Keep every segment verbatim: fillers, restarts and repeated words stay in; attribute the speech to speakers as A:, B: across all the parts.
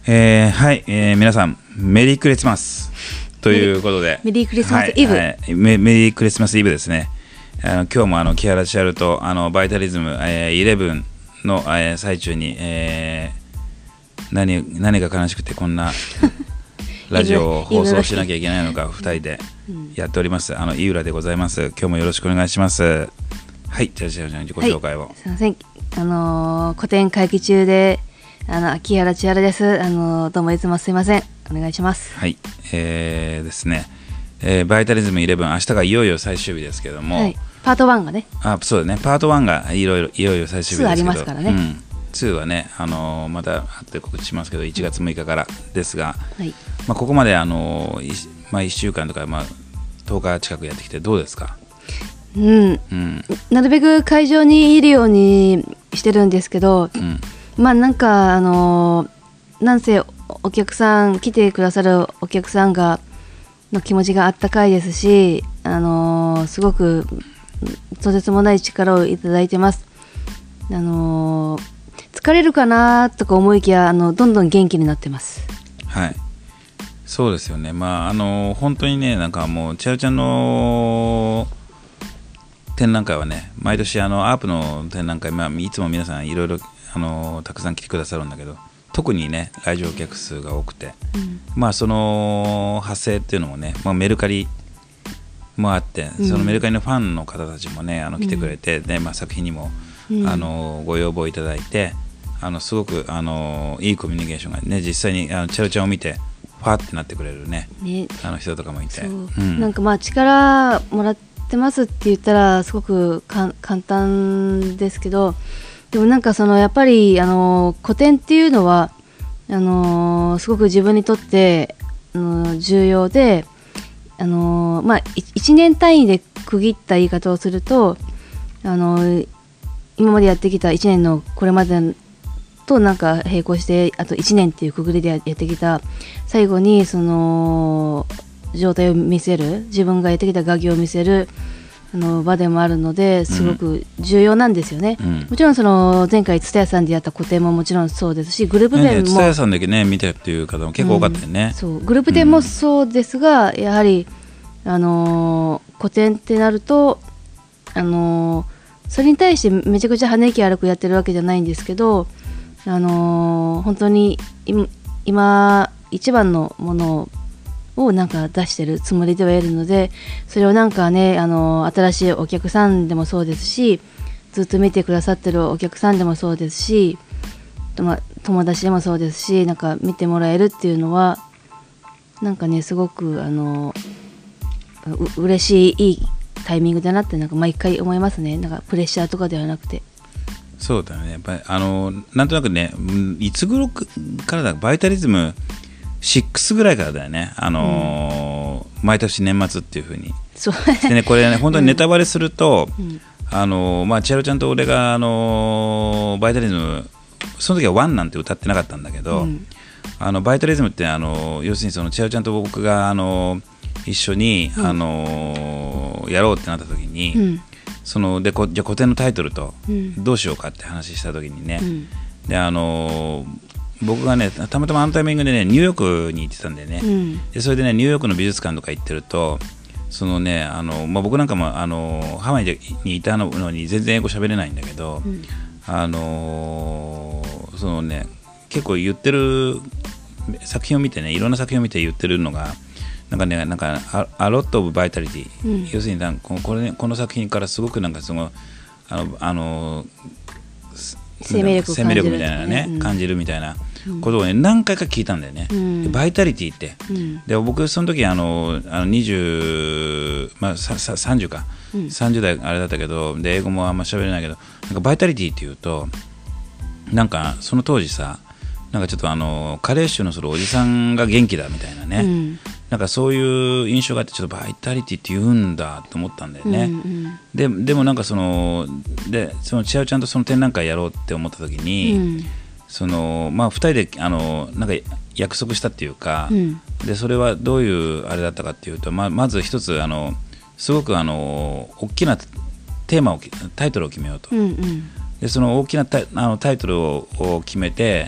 A: えー、はい、えー、皆さんメリークリスマスということで、
B: メリークリスマスイブ、
A: はいはい、メ, メリークリスマスイブですね。あの今日もあの木原千春とあのバイタリズム、えー、イレブンの、えー、最中に、えー、何, 何が悲しくてこんなラジオを放送しなきゃいけないのかふたりでやっております。あの井浦でございます。今日もよろしくお願いします。はい、じゃあ千春ちゃん自己紹介を、はい、
B: すいません、あのー、個展会議中であの木原千春です。あのー、どうもいつもすいません、お願いします。
A: はい、えー、ですね、えー、バイタリズムイレブン明日がいよいよ最終日ですけども、はい、
B: パートワンがね、
A: あ、そうだね、パートワンがいろいろいよいよ最終日ですけど、
B: ツーありますからね、うん、
A: ツーはね、あのー、また後で告知しますけどいちがつむいかからですが、
B: はい、
A: まあ、ここまで、あのーまあ、いっしゅうかんとか、まあ、とおか近くやってきてどうですか？
B: うんうん、なるべく会場にいるようにしてるんですけど、うん、まあなんかあのー、なんせお客さん来てくださるお客さんがの気持ちがあったかいですし、あのー、すごくとてつもない力をいただいてます。あのー、疲れるかなとか思いきやあのどんどん元気になってます。
A: はい、そうですよね。まああのー、本当にね、なんかもう千春ちゃんの展覧会はね、毎年あのアープの展覧会、まあ、いつも皆さんいろいろあのたくさん来てくださるんだけど、特にね来場客数が多くて、うん、まあその派生っていうのもね、まあ、メルカリもあって、うん、そのメルカリのファンの方たちもねあの来てくれて、うん、でまあ、作品にも、うん、あのご要望いただいて、あのすごくあのいいコミュニケーションがね、実際にあの千春ちゃんを見てファーってなってくれる ね, ねあの人とかもいて、
B: うん、なんかまあ力もらってますって言ったらすごくか簡単ですけど、でもなんかそのやっぱりあの個展っていうのはあのすごく自分にとってあの重要で、あのまあいちねん単位で区切った言い方をすると、あの今までやってきたいちねんのこれまでとなんか並行してあといちねんっていうくくりでやってきた最後にその状態を見せる、自分がやってきた画技を見せるあの場でもあるのですごく重要なんですよね、うん、もちろんその前回蔦屋さんでやった個展ももちろんそうですし、グループ展も
A: 蔦屋さんだけね見てっていう方も結構多かったよね、
B: うん、そうグループ展もそうですが、うん、やはりあのー、個展ってなるとあのー、それに対してめちゃくちゃ跳ね気悪くやってるわけじゃないんですけど、あのー、本当に今一番のものををなんか出してるつもりではいるので、それをなんかね、あの新しいお客さんでもそうですし、ずっと見てくださってるお客さんでもそうですし、ま、友達でもそうですし、なんか見てもらえるっていうのはなんかねすごくあのう嬉しいいいタイミングだなってなんか毎回思いますね。なんかプレッシャーとかではなくて。
A: そうだね、やっぱりあのなんとなくね、いつ頃からだバイタリズムろくぐらいからだよね、あのーうん、毎年年末っていう風に
B: そう
A: でね、これね本当にネタバレすると、うん、あのーまあ、千春ちゃんと俺が、あのー、バイタリズムその時はワンなんて歌ってなかったんだけど、うん、あのバイタリズムって、あのー、要するにその千春ちゃんと僕が、あのー、一緒に、うん、あのー、やろうってなった時に、うん、そのでこじゃあ個展のタイトルとどうしようかって話した時にね、うん、であのー僕がねたまたまあのタイミングでねニューヨークに行ってたんでね、うん、でそれでねニューヨークの美術館とか行ってると、そのねあの、まあ、僕なんかもあのハワイにいたのに全然英語喋れないんだけど、うん、あのそのね結構言ってる作品を見てね、いろんな作品を見て言ってるのがなんかねなんかアロットオブバイタリティ、うん、要するになんかこれ、ね、この作品からすごくなんかそのあのあの
B: 生命力を感じる、
A: 生命力みたいなね、うん、感じるみたいなことをね何回か聞いたんだよね、うん、バイタリティって、うん、で僕その時あのあのにじゅう、まあ、さささんじゅうか、うん、さんじゅう代あれだったけど、で英語もあんま喋れないけど、なんかバイタリティっていうとなんかその当時さ、なんかちょっとあの加齢臭のするおじさんが元気だみたいなね、うん、なんかそういう印象があって、ちょっとバイタリティって言うんだと思ったんだよね、うんうん、で, でもなんかそのでその千春ちゃんとその展覧会やろうって思った時に、うん、そのまあ、ふたりであのなんか約束したっていうか、うん、でそれはどういうあれだったかっていうと、ま, まず一つあのすごくあの大きなテーマをタイトルを決めようと、うんうん、でその大きなタイあのタイトルを決めて、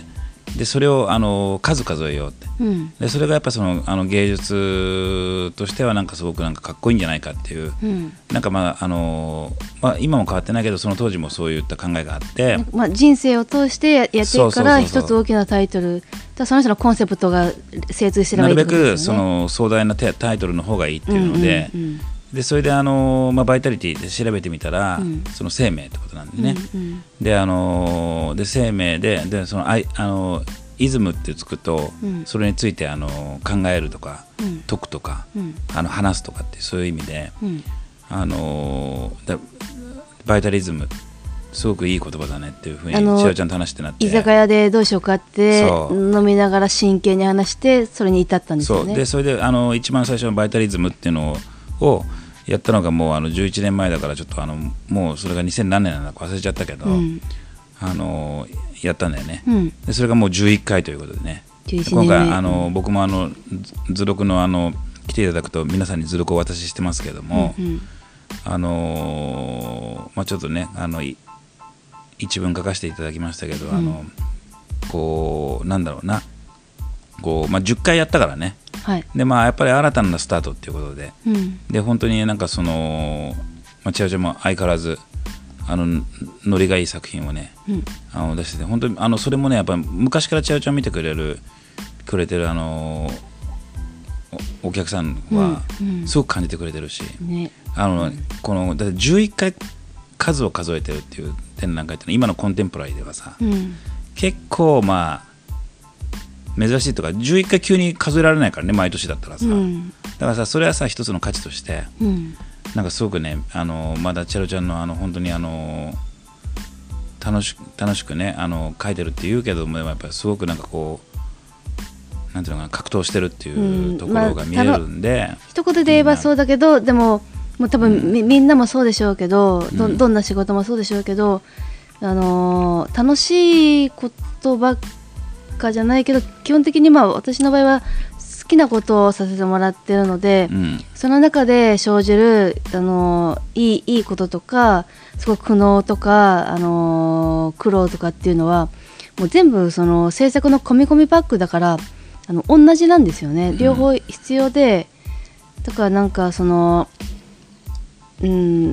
A: でそれをあの数数えようって、
B: うん、
A: でそれがやっぱそのあの芸術としてはなんかすごくなんかかっこいいんじゃないかっていう、うん、なんかまああの、まあ、今も変わってないけどその当時もそういった考えがあって、
B: まあ、人生を通してやってるから一つ大きなタイトル、その人のコンセプトが精通してればいいってことですよね。
A: なるべくその壮大なタイトルの方がいいっていうので、うんうんうん、でそれであの、まあ、バイタリティで調べてみたら、うん、その生命ってことなんでね、うんうん、であので生命で、でそのああのイズムってつくと、うん、それについてあの考えるとか、うん、解くとか、うん、あの話すとかってそういう意味で、うん、あのだバイタリズムすごくいい言葉だねっていうふうに千代ちゃんと話してなって、
B: 居酒屋でどうしようかって飲みながら真剣に話してそれに至ったんですよね。
A: そうでそれであの一番最初のバイタリズムっていうのをやったのがもうあのじゅういちねんまえだからちょっとあのもうそれがにせん何年なのか忘れちゃったけど、うん、あのやったんだよね、うん、でそれがもうじゅういっかいということでね、今回あの僕もあの図録のあの来ていただくと皆さんに図録をお渡ししてますけども、うんうん、あのまあ、ちょっとねあの一文書かせていただきましたけど、うん、あのこうなんだろうなこう、まあ、じゅっかいやったからね、はい、でまあやっぱり新たなスタートっていうことで、うん、で本当になんかその、まあ、千代ちゃんも相変わらずあのノリがいい作品をね、うん、あの出してて本当にあのそれもねやっぱ昔から千代ちゃん見てくれるくれてるあの お, お客さんはすごく感じてくれてるし、うんうんね、あのこのだってじゅういっかい数を数えてるっていう展覧会ってのは今のコンテンポラリーではさ、うん、結構まあ珍しいとかじゅういっかい急に数えられないからね毎年だったらさ、うん、だからさそれはさ一つの価値として、うん、なんかすごくねあのまだチェロちゃんのあの本当にあの楽し楽しくねあの書いてるって言うけどもやっぱりすごくなんかこうなんていうのかな格闘してるっていうところが見えるんで、うんまあ、
B: 一言で言えばそうだけどでももう多分、うん、み, みんなもそうでしょうけど ど, どんな仕事もそうでしょうけど、あのー、楽しいことばっかじゃないけど基本的にまあ私の場合は好きなことをさせてもらってるので、うん、その中で生じる、あのー、いい、いいこととかすごく苦悩とか、あのー、苦労とかっていうのはもう全部その制作の込み込みパックだからあの同じなんですよね、両方必要で、うん、だからなんかそのうん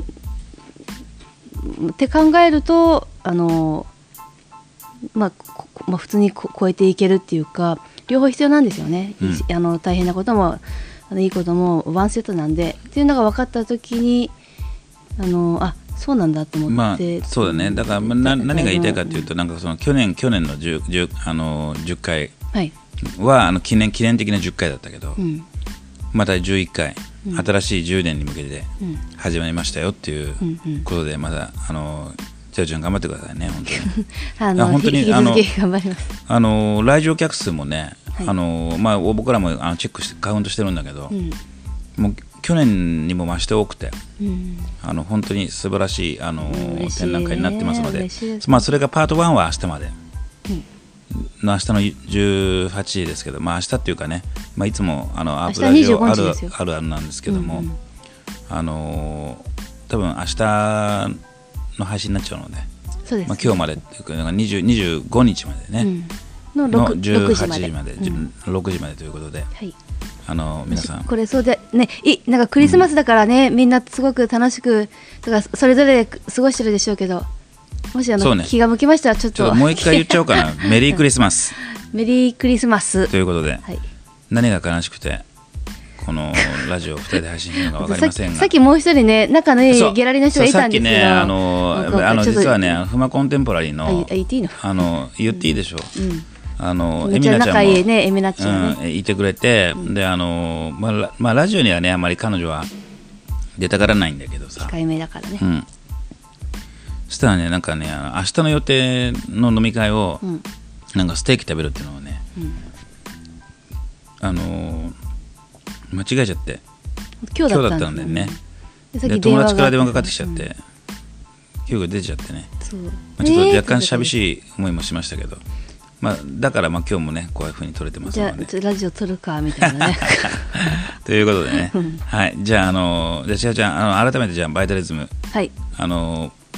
B: って考えるとあの、まあ、まあ普通に超えていけるっていうか両方必要なんですよね、うん、あの大変なこともあのいいこともワンセットなんでっていうのが分かった時にあのあそうなんだと思って、
A: まあ、そうだねだから、まあ、な何が言いたいかというとなんかその去年去年の 10, 10, あのじゅっかいは、はい、あの記念記念的なじゅっかいだったけど、うん、またじゅういっかい新しいじゅうねんに向けて始まりましたよっていうことで、まだあの千代ちゃん頑張ってくださいね本当に
B: あの本当にあの
A: あの来場客数もね、はい、あのまあ、僕らもあのチェックしてカウントしてるんだけど、うん、もう去年にも増して多くて、うん、あの本当に素晴らしいあの展覧会になってますので、まあ、それがパートワンは明日まで、うんの明日のじゅうはちじですけど、まあ、明日っていうかね、まあ、いつもあのアップラジオあるあるあるなんですけども、うんうん、あの多分明日の配信になっちゃうので、そうです、まあ、今日までっていうかにじゅう、にじゅうごにちまでね、うん、の, のじゅうはちじまで、うん、ろくじまでということで、はい、あの皆さん
B: これそうでねいなんかクリスマスだからね、うん、みんなすごく楽しくだからそれぞれ過ごしてるでしょうけどもしあの、ね、気が向きましたらちょっと、ちょっと
A: もう一回言っちゃおうかなメリークリスマス
B: メリークリスマス
A: ということで、はい、何が悲しくてこのラジオをふたりで配信するのか分かりませんが
B: さっきもう一人ね仲のいいギャラリーの人がいたんですけど、
A: さっきねあのあの実はねフマコンテンポラリーの
B: あ言っていいの
A: あの言っていいでしょう、うん、あの
B: エミナちゃんもいい、ね、エミナちゃん、
A: ねうん、いてくれて、うん、であの、まあまあ、ラジオにはねあまり彼女は出たがらないんだけどさ
B: 控えめだからね、
A: うんそしたらねなんかね明日の予定の飲み会を、うん、なんかステーキ食べるっていうのをね、うん、あのー、間違えちゃって
B: 今日だったんです、ね、
A: 今日だったんだよね、うん、で友達から電話かかってきちゃって、うん、急遽出ちゃってねそう、まあ、ちょっと若干寂しい思いもしましたけど、まあ、だからまあ今日もねこういう風に撮れてますので、
B: じゃあラジオ撮るかみたいなね
A: ということでね、はい、じゃああのじゃあ千葉ちゃんあの改めてじゃあバイタリズム、はい、あの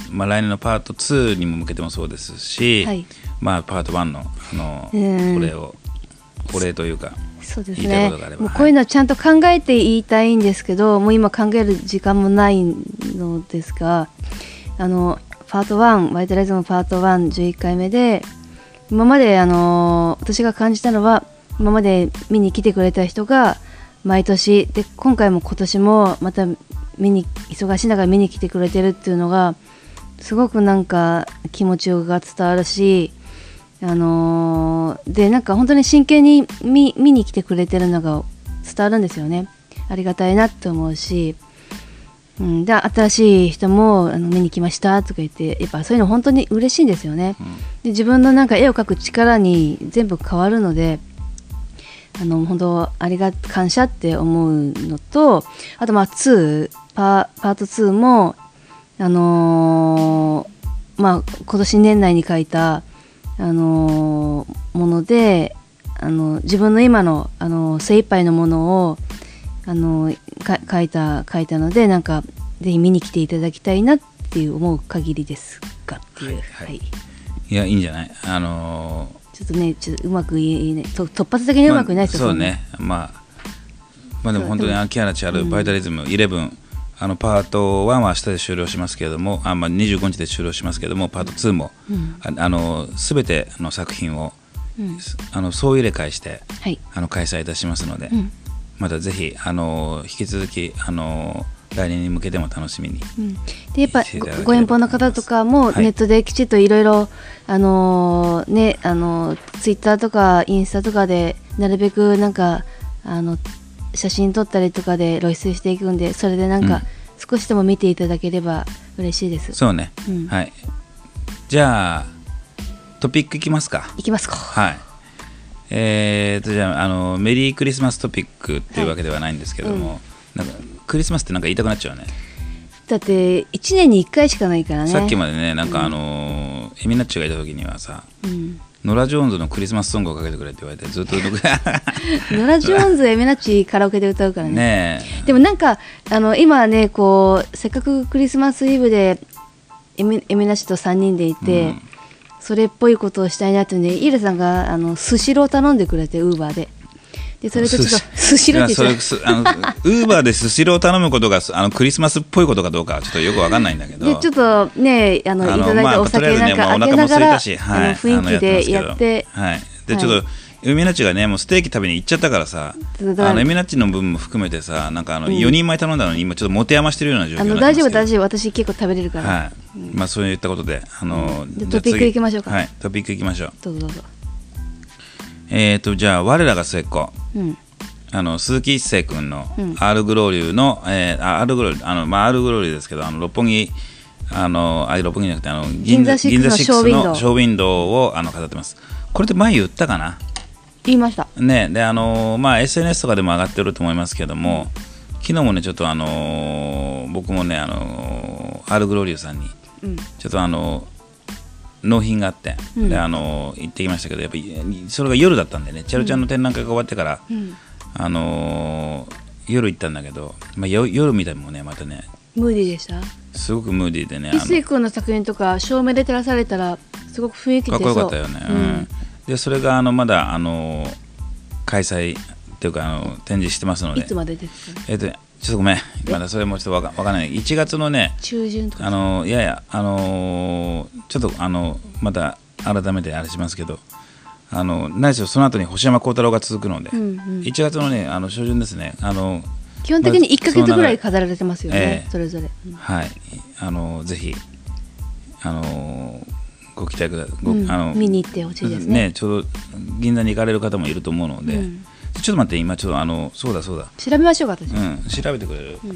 A: まあ、来年のパートツーにも向けてもそうですし、
B: はい、
A: まあ、パートワンの、あのこれをお礼というか
B: そうです
A: 言いたい
B: ね、
A: ことがあれば、
B: もうこういうのはちゃんと考えて言いたいんですけど、はい、もう今考える時間もないのですが、あのパートワンバイタリズムパートワンじゅういっかいめで今まであの私が感じたのは、今まで見に来てくれた人が毎年で、今回も今年もまた見に忙しい中見に来てくれてるっていうのがすごくなんか気持ちが伝わるし、あのー、でなんか本当に真剣に 見, 見に来てくれてるのが伝わるんですよね。ありがたいなと思うし、うん、で新しい人もあの見に来ましたとか言って、やっぱそういうの本当に嬉しいんですよね、うん、で自分のなんか絵を描く力に全部変わるので、あの本当ありが感謝って思うのと、あとまあツー パ, パートツーもあのー、まあ今年年内に描いたあのー、もので、あの自分の今の、あの精一杯のものをあのか書いた書いたので、なんかぜひ見に来ていただきたいなっていう思う限りですがっていう、はいはいはい、
A: いやいいんじゃない、あのー、
B: ちょっとねちょっとうまく言えない、と突発的にうまくないですよ、
A: まあ、そうね、まあ、まあでも本当に秋原千春バイタリズムじゅういち、あのパートワンは明日で終了しますけれども、あ、まあ、にじゅうごにちで終了しますけれども、パートツーも、うん、ああの全ての作品を、うん、あの総入れ替えして、はい、あの開催いたしますので、うん、またぜひあの引き続きあの来年に向けても楽しみに、うん、でやっぱ ご, ご遠方の方とかもネットできちっといろいろあのね、あのツイッターとかインスタとかでなるべくなんかあの写真撮ったりとかで露出していくんで、それでなんか少しでも見ていただければ嬉しいです。そうね、うん、はい。じゃあトピックいきますか。いきますか。はい。えーとじゃあ、あのメリークリスマストピックっていうわけではないんですけども、はい、うん、なんかクリスマスってなんか言いたくなっちゃうね。だっていちねんにいっかいしかないからね。さっきまでね、なんかあの、うん、エミナッチがいた時にはさ、うん、ノラ・ジョーンズのクリスマスソングをかけてくれって言われてずっとノラ・ジョーンズエミナッチカラオケで歌うから ね, ねでもなんかあの今ねこうせっかくクリスマスイブでエミ、エミナッチとさんにんでいて、うん、それっぽいことをしたいなってね、イーラさんがあのスシロー頼んでくれてウーバーででそれとちょっとスシローって言っちゃう、ウーバーでスシローを頼むことがあのクリスマスっぽいことかどうかちょっとよくわかんないんだけど、でちょっとねあのいただいたお酒なんか開けながら、はい、雰囲気でやって、はい、でちょっとエミナッチがねもうステーキ食べに行っちゃったからさ、あのエミナッチの分も含めてさ、なんかあのよにんまえ頼んだのに今ちょっと持て余してるような状況になってますけど、あの大丈夫大丈夫、私結構食べれるから、はい、うん、まあそういったことであの、うん、トピックいきましょうか。はい、トピックいきましょう。どうぞどうぞ。えーとじゃあ我らが末っ子、うん、あの鈴木一世君の R グローリューの、うん、えー、R グローリューあの、まあ、R グローリューですけど、あの六本木あのあ六本木じゃなくてあの銀座シックスのショーウィンドウをあの飾ってます。これって前言ったかな。言いましたね。であの、まあ、エスエヌエス とかでも上がってると思いますけども、昨日もねちょっとあの僕もねあの R グローリューさんにちょっとあの納品があって、うん、であの行ってきましたけど、やっぱりそれが夜だったんでね、チャルちゃんの展覧会が終わってから、うん、あの夜行ったんだけど、まあ、夜見てもねまたねムーディーでした。すごくムーディーでね、一世君の作品とか照明で照らされたらすごく雰囲気出そう、かっこよかったよね、うん、でそれがあのまだあの開催っていうかあの展示してますので、いつまでですか、ね、えっとちょっとごめん、まだそれもちょっとわか、わかんない。いちがつのね中旬とか、あのいやいやあのちょっとあのまた改めてあれしますけど、あの何しろその後に星山幸太郎が続くので、うんうん、いちがつのねあの初旬ですね、あの基本的にいっかげつぐらい飾られてますよね、えー、それぞれ、うん、はい、あのぜひあのご期待ください、うん、あの見に行ってほしいです ね, ねちょうど銀座に行かれる方もいると思うので、うん、ちょっと待って、今ちょっとあのそうだそうだ調べましょうか私、うん、調べてくれる、うん、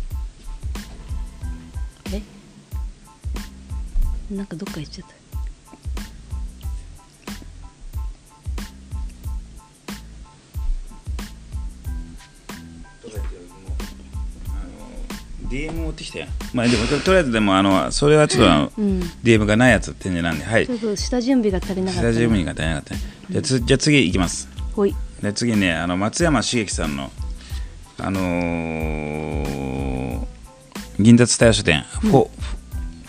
A: えなんかどっか行っちゃった。ディーエム 持ってきて、まあ、でも と, とりあえずでもあのそれはちょっとあの、うん、ディーエム がないやつ展示なんで、はい、ちょっと下準備が足りなかった、ね、下準備が足りなかった、ね、うん、じゃあつじゃあ次いきます。ほい。で次ねあの松山茂樹さんのあのー、銀座蔦屋書店、うん、フォフ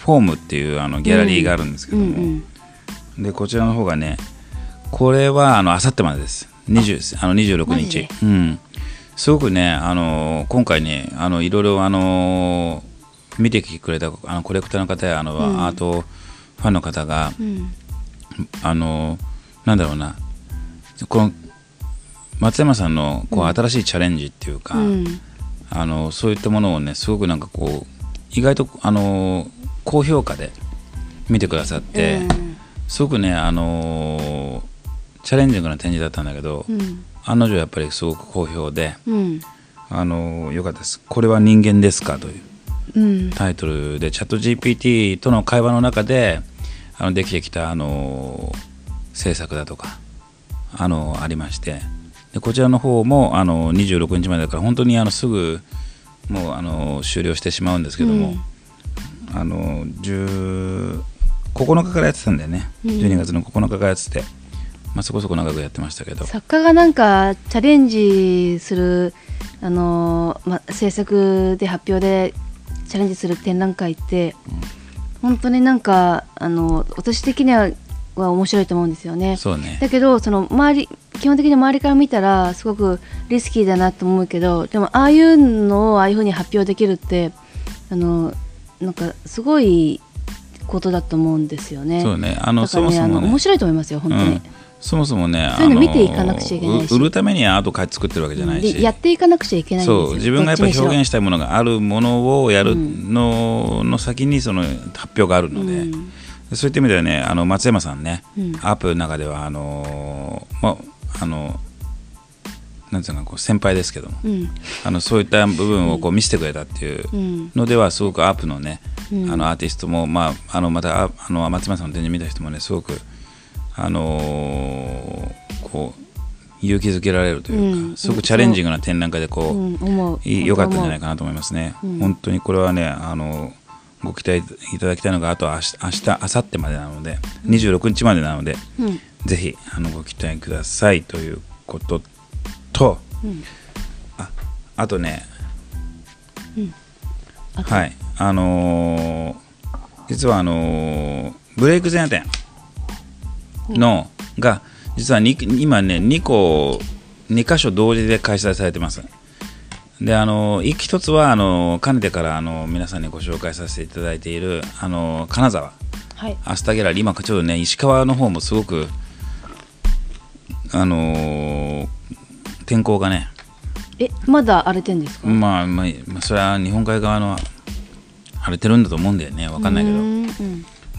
A: フォームっていうあのギャラリーがあるんですけども、うんうんうん、でこちらの方がね、これはあの明後日までです。にじゅうあのにじゅうろくにち、うん、すごくね、あの今回ね、あのいろいろあの見てきてくれたあのコレクターの方やあの、うん、アートファンの方が、うん、あのなんだろうな、この松山さんのこう新しいチャレンジっていうか、うん、あのそういったものをね、すごくなんかこう意外とあの高評価で見てくださって、うん、すごくね、あのチャレンジングな展示だったんだけど、うん、案の定やっぱりすごく好評で、うん、あのよかったです。これは人間ですかというタイトルで、チャット ジーピーティー との会話の中であのできてきたあの制作だとかあのありまして、でこちらの方もあのにじゅうろくにちまでだから本当にあのすぐもうあの終了してしまうんですけども、うん、あのここのかからやってたんだよね、うん、じゅうにがつのここのかからやってて、まあ、そこそこ長くやってましたけど、
B: 作家がなんかチャレンジするあの、ま、制作で発表でチャレンジする展覧会って、うん、本当になんかあの私的にはは面白いと思うんですよね。
A: そうね。
B: だけどその周り基本的に周りから見たらすごくリスキーだなと思うけど、でもああいうのをああいうふうに発表できるってあのなんかすごいことだと思うんですよね。
A: そうね。あの
B: だからね、
A: そもそもね、
B: あの面白いと思いますよ本当に。うん、
A: そもそもね、
B: そういうの見ていかなくちゃいけないし、
A: 売るためにアートを作ってるわけじゃないし、
B: でやっていかなくちゃいけないんですよ。
A: そう、自分がやっぱり表現したいものがあるものをやるのの先にその発表があるので、うん、そういった意味ではね、あの松山さんね、うん、アープの中ではあのまあのなんていうかこう先輩ですけども、うん、あのそういった部分をこう見せてくれたっていうのではすごくアープのね、うん、あのアーティストも、まあ、あのまたあの松山さんの展示見た人もねすごくあのー、こう勇気づけられるというか、うん、すごくチャレンジングな展覧会でこう、うん、良かったんじゃないかなと思いますね、うん、本当にこれはね、あのご期待いただきたいのがあとは明日、明日、明後日までなのでにじゅうろくにちまでなので、うん、ぜひあのご期待くださいということと、うん、あ, あとね、うん、あとはいあのー、実はあのー、ブレイク前夜展のが実はに今ねにこに箇所同時で開催されてます。であの一つはあのかねてからあの皆さんにご紹介させていただいているあの金沢、はい、アスタギャラリー、今ちょうどね石川の方もすごくあの天候がね
B: えまだ荒れてるんですか？
A: まあ、まあ、まあそれは日本海側の荒れてるんだと思うんだよね、分かんないけど、うん、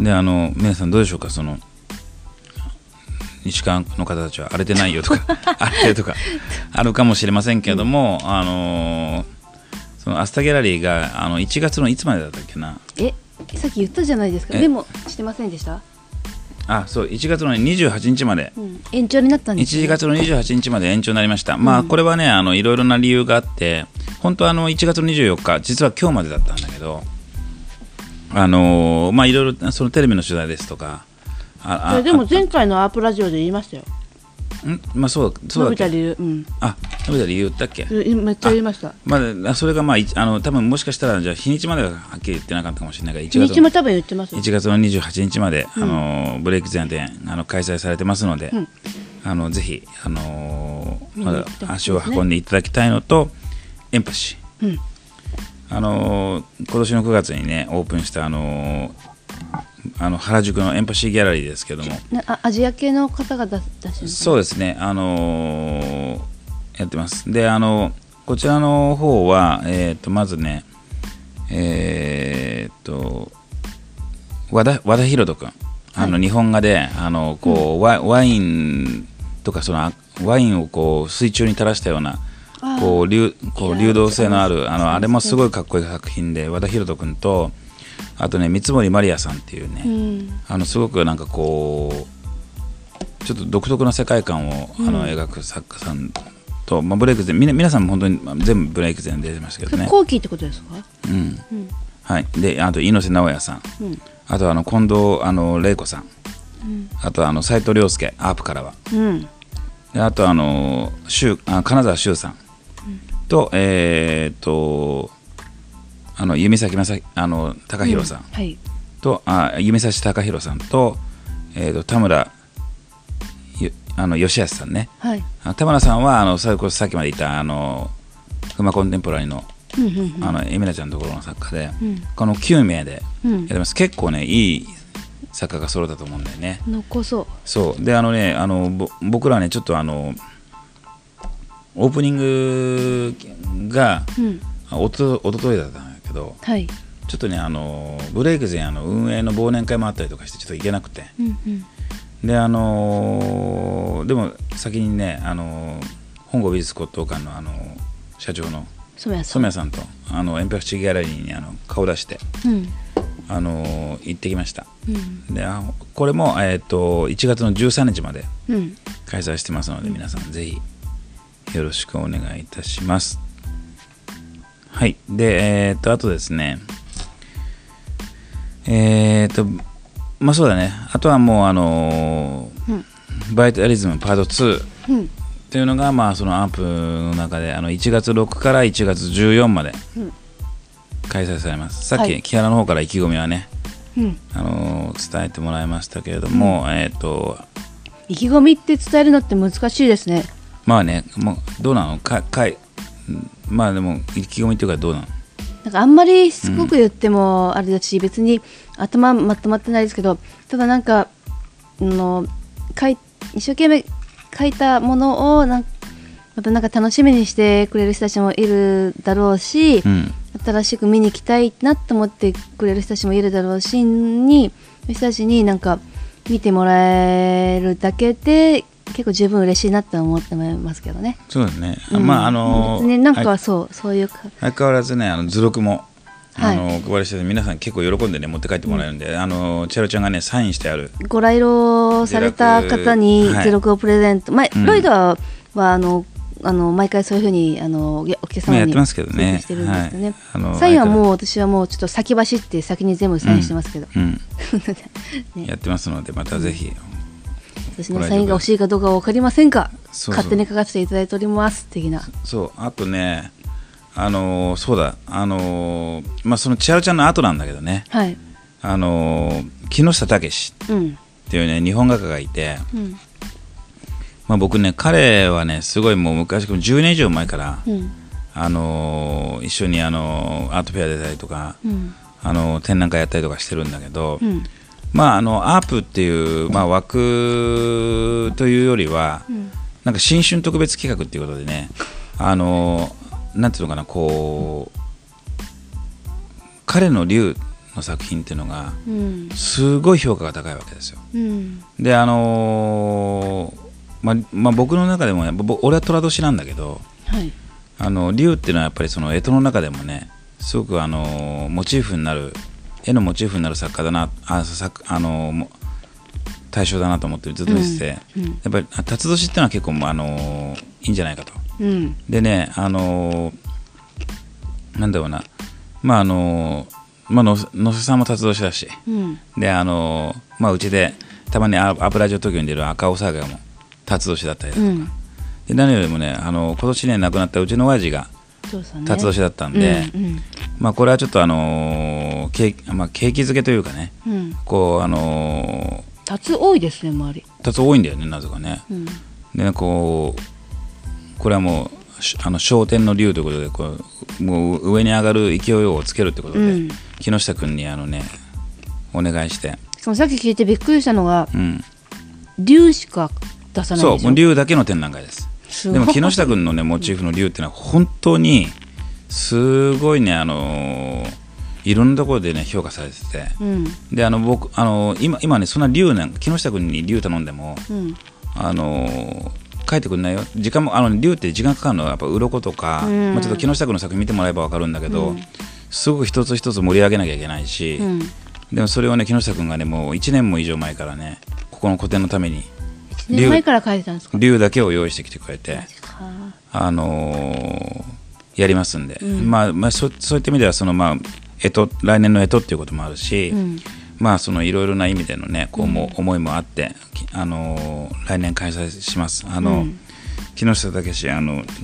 A: であの皆さんどうでしょうか、その西川の方たちは荒れてないよとか荒れてるとかあるかもしれませんけども、うん、あのー、そのアスタギャラリーがあのいちがつのいつまでだったっけな。
B: えさっき言ったじゃないですか。でもしてませんでした？
A: あそういちがつのにじゅうはちにちまで、
B: うん、延長になったんですね。
A: いちがつのにじゅうはちにちまで延長になりました、うん、まあこれはねあのいろいろな理由があって、本当はあのいちがつのにじゅうよっか実は今日までだったんだけど、あのー、まあいろいろそのテレビの取材ですとか、
B: ああでも前回のアープラジオで言いましたよ。
A: んまあそうそうだっけ。伸びた理由、
B: うん、
A: あ伸びた理由言ったっけ。
B: めっちゃ言いました。
A: まあそれがまああの多分もしかしたらじゃあ日にちまでははっきり言ってなかったかもしれないから、
B: 日にちも多分言ってます。
A: いちがつのにじゅうはちにちまで、うん、あのブレイク前夜展あの開催されてますので、うん、あのぜひあのーまだ足を運んでいただきたいのと、エンパシー、うん、あのー、今年のくがつにねオープンしたあのーあの原宿のエンパシーギャラリーですけども、
B: あアジア系の方が出してるんですか？
A: そうですね、あのー、やってます。であのこちらの方は、えー、とまずねえー、と和田和田博人君、あの、はい、日本画であのこう、うん、ワ, ワインとかそのワインをこう水中に垂らしたようなこう 流, こう流動性のある あ, のあれもすごいかっこいい作品で、和田博人君とあとね三森マリアさんっていうね、うん、あのすごくなんかこうちょっと独特な世界観を、うん、あの描く作家さんと、まあ、ブレイク前みな皆さんも本当に全部ブレイク前出てましたけどね。
B: 後期ってことですか？
A: うん、うん、はい。であと猪瀬直哉さん、うん、あとあの近藤あの玲子さん、うん、あとあの斉藤亮介アープからは、うん、であとあのあ金沢修さん、うん、とえー、っとあの弓崎正あの高弘さん、うんはい、 とあ夢指貴弘さんと、えー、と田村あの義康さんね、はい、田村さんはあのさっきまで言ったあのフマコンテンポラリーの
B: うんうんうん、
A: あのエミナちゃんのところの作家で、
B: うん、
A: このきゅうめいでやってます、うん、結構ねいい作家が揃ったと思うんだよね。
B: 残そう
A: そうであのねあのぼ僕らはねちょっとあのオープニングが、うん、おとおとといだったんだけど、
B: はい、
A: ちょっとねあのブレイクゼンあの運営の忘年会もあったりとかしてちょっと行けなくて、
B: うんうん、
A: であのー、でも先にねあの本郷美術骨董館のあの社長の染谷さんとあのエンペフチギャラリーにあの顔出して、
B: うん、
A: あの行ってきました、
B: うん、
A: であこれも、えー、といちがつのじゅうさんにちまで
B: うん
A: 開催してますので、うん、皆さんぜひよろしくお願いいたします。はいでえっ、ー、とあとですねえっ、ー、とまあそうだねあとはもうあのーうん、バイタリズムパートツー、
B: うん
A: っていうのがまあそのアンプの中であのいちがつろくからいちがつじゅうよっかまで開催されます、うん、さっき、はい、木原の方から意気込みはね、
B: うん、
A: あのー、伝えてもらいましたけれども、うん、えっ、ー、と
B: 意気込みって伝えるのって難しいですね。
A: まあねもうどうなのかかいまあでも意気込みっていうかどうなの
B: なんかあんまりすごく言ってもあれだし、うん、別に頭まとまってないですけどただなんかのかい一生懸命書いたものをなんまたなんか楽しみにしてくれる人たちもいるだろうし、
A: うん、
B: 新しく見に行きたいなと思ってくれる人たちもいるだろうしに人たちになんか見てもらえるだけで結構十分嬉しいなって思ってますけどね。
A: そうですね、うん、まああのー、
B: ねなんかそう、そういう
A: 相変わらずねあの図録もあのお配りして皆さん結構喜んでね持って帰ってもらえるんで、うん、あのチャロちゃんがねサインしてある
B: ご来場された方に図録をプレゼント、はい、まあ、ロイドは、うん、あのあの毎回そういうふうにあのお客様に
A: やってますけどね、
B: してるんですよね、はい、あのサインはもう私はもうちょっと先走って先に全部サインしてますけど、
A: うんうんね、やってますのでまたぜひ、うん、
B: 私のサインが欲しいかどうか分かりませんか、そうそう勝手に書かせていただいております的な。
A: そうあとねあのー、そうだあのー、まあその千春ちゃんの後なんだけどね、
B: はい、
A: あのー、木下武っていうね、うん、日本画家がいて、
B: うん、
A: まあ、僕ね彼はねすごいもう昔じゅうねん以上前から、
B: うん、
A: あの一緒にあのアートフェア出たりとか、
B: うん、
A: あの展覧会やったりとかしてるんだけど、
B: うん、
A: まああのアープっていう、まあ、枠というよりは、
B: うん、
A: なんか新春特別企画っていうことでねあのなんていうのかなこう彼の龍の作品っていうのがすごい評価が高いわけですよ、
B: うん、
A: であのーまあまあ、僕の中でも、ね、俺は寅年なんだけど、
B: はい、
A: あの龍っていうのはやっぱりその干支の中でもねすごくあのーモチーフになる絵のモチーフになる作家だなあ作あのー対象だなと思ってずっと見てて、
B: うんうん、
A: やっぱり辰年っていうのは結構、あのー、いいんじゃないかと、
B: うん、
A: でねあのー、なんだろうなまああのーまあ、の野瀬さんも辰年だし、
B: うん、
A: であのーまあ、うちでたまにアプラジオ東京に出る赤尾サーガも辰年だったりだとか、うん、で何よりもねあの今年ね亡くなったうちの親父が辰年だったんで、
B: うんうん、
A: まあ、これはちょっとあのー景まあ、景気づけというかね、
B: うん、
A: こうあのー
B: 辰多いですね周り
A: 辰多いんだよねなぜかね、
B: うん、
A: でこうこれはもうあの昇天の龍ということでこうもう上に上がる勢いをつけるということで、うん、木下君にあのねお願いして、
B: そのさっき聞いてびっくりしたのが、
A: うん、
B: 龍しか出さないでしょ。
A: そうもう龍だけの展覧会です。でも木下君のねモチーフの龍っていうのは本当にすごいねあのー、いろんなところでね評価されてて、
B: うん、
A: であの僕あのー、今今ねそんな龍なん木下君に龍頼んでも、
B: うん、
A: あのー、書いてくれないよ時間もあの龍って時間かかるのはやっぱ鱗とか、うん、まあ、ちょっと木下君の作品見てもらえば分かるんだけど、うん、すごく一つ一つ盛り上げなきゃいけないし、
B: うん、
A: でもそれをね木下君がねもういちねんも以上前からねここの個展のために
B: いちねんまえから書いてたんですか。
A: 龍だけを用意してきてくれて、あのー、やりますんで、うん、まあまあ、そ, そういった意味ではその、まあ、えと来年の干支っていうこともあるし、
B: うん、
A: まあそのいろいろな意味でのねこうも思いもあって、あのー、来年開催します。あの、うん、木下武あの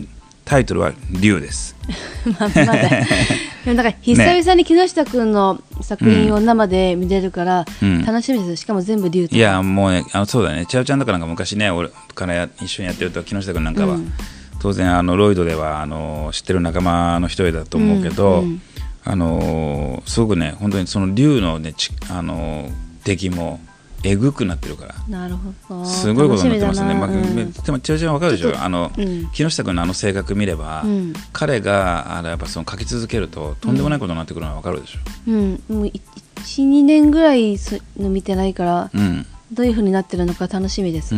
A: タイトルは竜です。
B: まあまだでもなんか久々に木下君の作品を生で見れるから楽しみです、うん、しかも全部竜とか。
A: いやもうね、あのそうだね、チャオちゃんとかなんか昔ね、俺から一緒にやってると木下君なんかは、うん、当然あのロイドではあの知ってる仲間の一人だと思うけど、うんうん、あのすごくね本当にその竜のねあの敵もえぐくなってるから、
B: なるほど、
A: すごいことになってますね。まあ、うん、でも千代ちゃんわかるでしょ、あの、うん、木下君のあの性格見れば、うん、彼があのやっぱその書き続けるととんでもないことになってくるのはわかるでしょ。
B: うん、もういち、にねんぐらいの見てないから、うん、どういう風になってるのか楽しみです。
A: うん、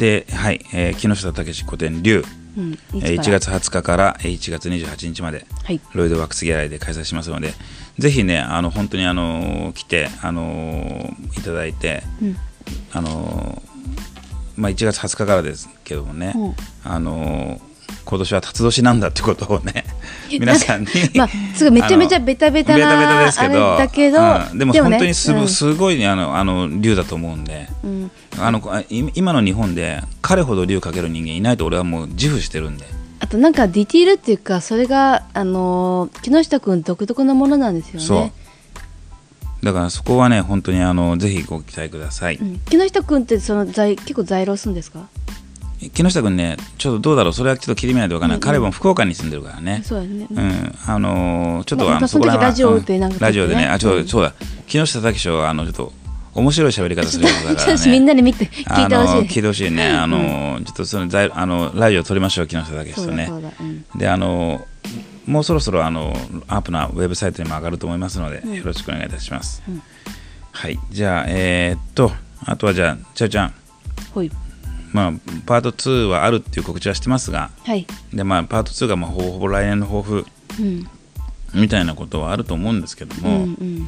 A: で、はい、えー、木下武古典竜、うん、いちがつはつかからいちがつにじゅうはちにちまで、はい、ロイドワックスギャラリーで開催しますので、ぜひねあの本当にあの来てあのいただいて、うん、あのまあ、いちがつはつかからですけどもね、うん、あの今年は辰年なんだってことをね皆さんに
B: まあ、すごいめちゃめちゃベタベタなベタベタですけど、あれだけど、
A: うん、でも本当に す, ね、すごい、ね、あのあの竜だと思うんで、うん、あの今の日本で彼ほど竜かける人間いないと俺はもう自負してるんで。
B: あとなんかディティールっていうか、それがあの木下君独特のものなんですよね。そう
A: だからそこはね本当にあのぜひご期待ください、うん、
B: 木下君ってその在結構在労するんですか？
A: 木下君ねちょっとどうだろう、それはちょっと聞いてみないと分からない、うんうん、彼も福岡に住んでるからね。
B: そうだね、
A: うん、あのー、ちょっと、
B: まあ、
A: あの
B: その時ラジオでなんか、
A: うん、ラジオでね、あちょっと、うん、そうだ、木下武史はあのちょっと面白い喋り方するからね
B: みんなに見て聞いてほしい、
A: 聞いてほしいね、あのーうん、ちょっとそのあのラジオ撮りましょう、木下武史とね。そうだそうだ、うん、であのー、もうそろそろあのアップなウェブサイトにも上がると思いますので、うん、よろしくお願いいたします、うん、はい、じゃあえー、っとあとはじゃあちゃうちゃん、
B: はい、
A: まあ、パートツーはあるっていう告知はしてますが、はい、でまあ、パートツーがまあほぼほぼ来年の抱負、うん、みたいなことはあると思うんですけども、うんうん、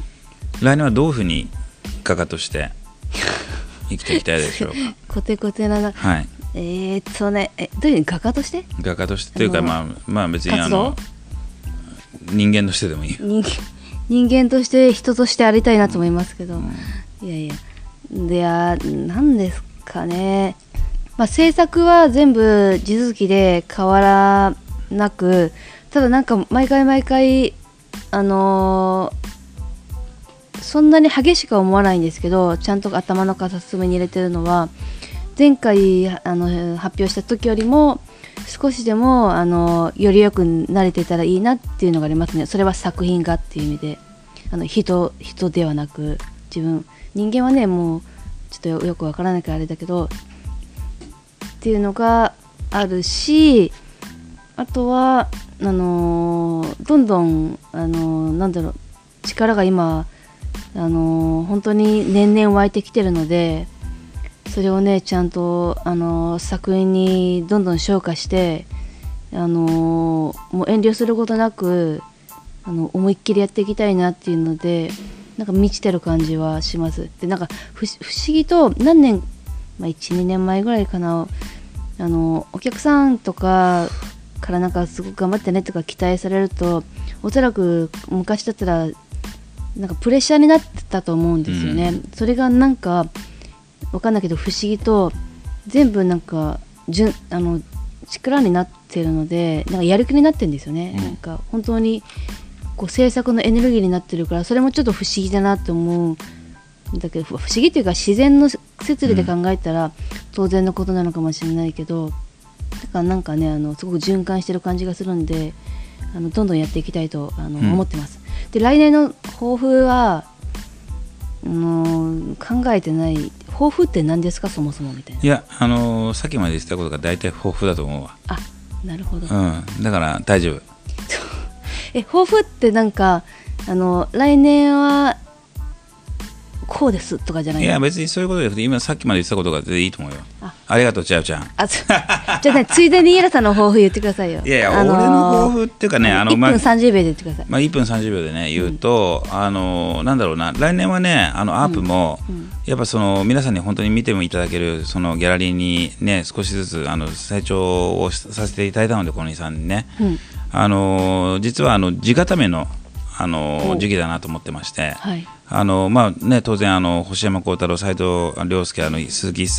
A: 来年はどういうふうに画家として生きていきたいでしょうか
B: コテコテな、はい、えー、っとねえどういうふうに画家として
A: 画家としてというか、まあ、まあ別にあの人間としてでもいい
B: 人, 人間として人としてありたいなと思いますけど、うん、いやいやいや何ですかね、まあ、制作は全部地続きで変わらなく、ただなんか毎回毎回あのー、そんなに激しくは思わないんですけど、ちゃんと頭の片隅に入れてるのは前回あの発表した時よりも少しでもあのよりよく慣れてたらいいなっていうのがありますね。それは作品がっていう意味で、あの 人, 人ではなく自分、人間はねもうちょっとよくわからないからあれだけどっていうのがあるし、あとはあのー、どんどん、あのー、なんだろう力が今、あのー、本当に年々湧いてきてるので、それをねちゃんと、あのー、作品にどんどん昇華して、あのー、もう遠慮することなくあの思いっきりやっていきたいなっていうので、なんか満ちてる感じはします。でなんか不思議と何年、まあ、いち、にねんまえぐらいかな、あのお客さんとかからなんかすごく頑張ってねとか期待されると、おそらく昔だったらなんかプレッシャーになってたと思うんですよね、うん、それがなんかわかんないけど不思議と全部なんかじゅあの力になってるので、なんかやる気になってるんですよね、うん、なんか本当にこう制作のエネルギーになってるから、それもちょっと不思議だなと思うんだけど、不思議というか自然の摂理で考えたら当然のことなのかもしれないけど、だからなんかねあのすごく循環してる感じがするんで、あのどんどんやっていきたいとあの、うん、思ってます。で来年の抱負はあの考えてない。抱負って何ですかそもそもみたいな。
A: いや、あのー、さっきまで言ってたことが大体抱負だと思うわ。
B: あ、なるほど、
A: うん、だから大丈夫
B: え抱負ってなんかあの来年はこうですとかじゃないの？
A: いや別にそういうことじゃなくて、今さっきまで言ってたことがでいいと思うよ。 あ, ありがとうちゃうちゃん。あじ
B: ゃあ、ね、ついでにイエラさんの抱負言ってくださいよ。
A: いやいや、あのー、俺の抱負っていうかね、あの
B: いっぷんさんじゅうびょうで言ってください。
A: まあ、いっぷんさんじゅうびょうでね言うと、うん、あのなんだろうな、来年はねあのアープも、うんうん、やっぱその皆さんに本当に見てもいただけるそのギャラリーにね少しずつあの成長をさせていただいたので、このに、さんねんね、うん、あの実はあの地固めのあの時期だなと思ってまして、はい、あのまあね、当然あの星山幸太郎、斉藤亮介、あの鈴木一世、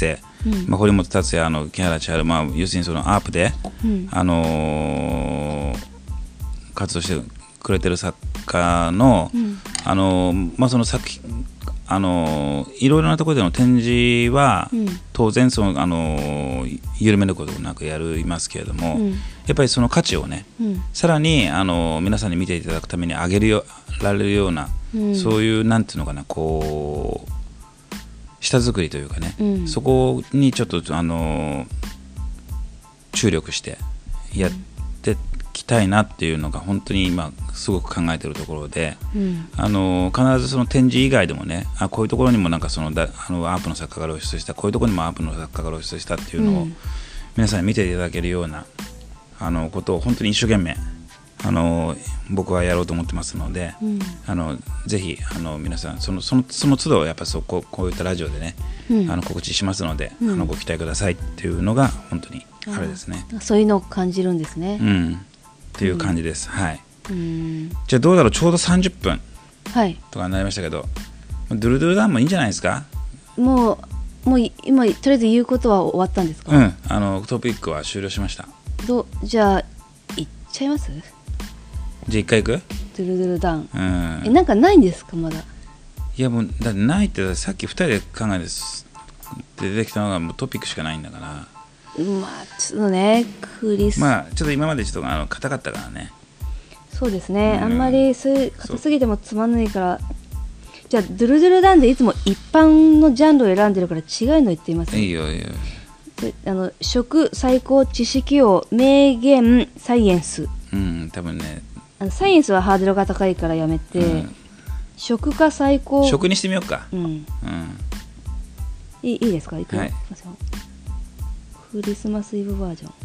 B: うん
A: まあ、堀本達也の木原千春、まあ、要するにそのアープで、
B: うん
A: あのー活動してくれてる作家の、
B: うん
A: あのーまあ、その作品、あのーいろいろなところでの展示は、
B: うん
A: 当然その、あのー緩めることなくやりますけれども、
B: うん
A: やっぱりその価値をね、
B: うん
A: さらに、あのー皆さんに見ていただくために上げるよられるような、
B: うん
A: そういうなんていうのかな、こう下作りというかね、
B: うん
A: そこにちょっと、あのー注力してやっていきたいなっていうのが本当に今すごく考えているところで、
B: うん
A: あのー必ずその展示以外でもね、あこういうところにもなんかそのだあのアープの作家が露出した、こういうところにもアープの作家が露出したっていうのを、
B: うん
A: 皆さんに見ていただけるようなあのことを本当に一生懸命あの僕はやろうと思ってますので、
B: うん
A: あのぜひあの皆さんそのそのその都度やっぱそうこうこういったラジオでね、
B: うん
A: あの告知しますので、
B: うん
A: あのご期待くださいっていうのが本当にあれですね。
B: そういうのを感じるんですね
A: う。んっていう感じです。はい。
B: うん
A: じゃあどうだろう、ちょうどさんじゅっぷん
B: はい。
A: とかになりましたけど、ドゥルドゥルダンもいいんじゃないですか。
B: もうもう今とりあえず言うことは終わったんですか。
A: うんあのトピックは終了しました。
B: どうじゃあ行っちゃいます。
A: じゃあ一回行く。
B: ドゥルドゥルダウン。
A: うん
B: えなんかないんですかまだ。
A: いやもうだってないってさっきふたりで考えてす出てきたのがもうトピックしかないんだから、
B: まあちょっとねクリス、
A: まあちょっと今までちょっとあの硬かったからね。
B: そうですね、
A: うん
B: あんまりそういう硬すぎてもつまんないから。じゃあドゥルドゥルダウンでいつも一般のジャンルを選んでるから違うの言っています。
A: いいよいいよ。
B: であの食最高知識王名言サイエンス。
A: うん多分ね、
B: あのサイエンスはハードルが高いからやめて、
A: うん
B: 食か最高。
A: 食にしてみようか。
B: うん。
A: うん
B: いいいいですか。いくよ、
A: はい
B: いきますよ。クリスマスイブバージョン。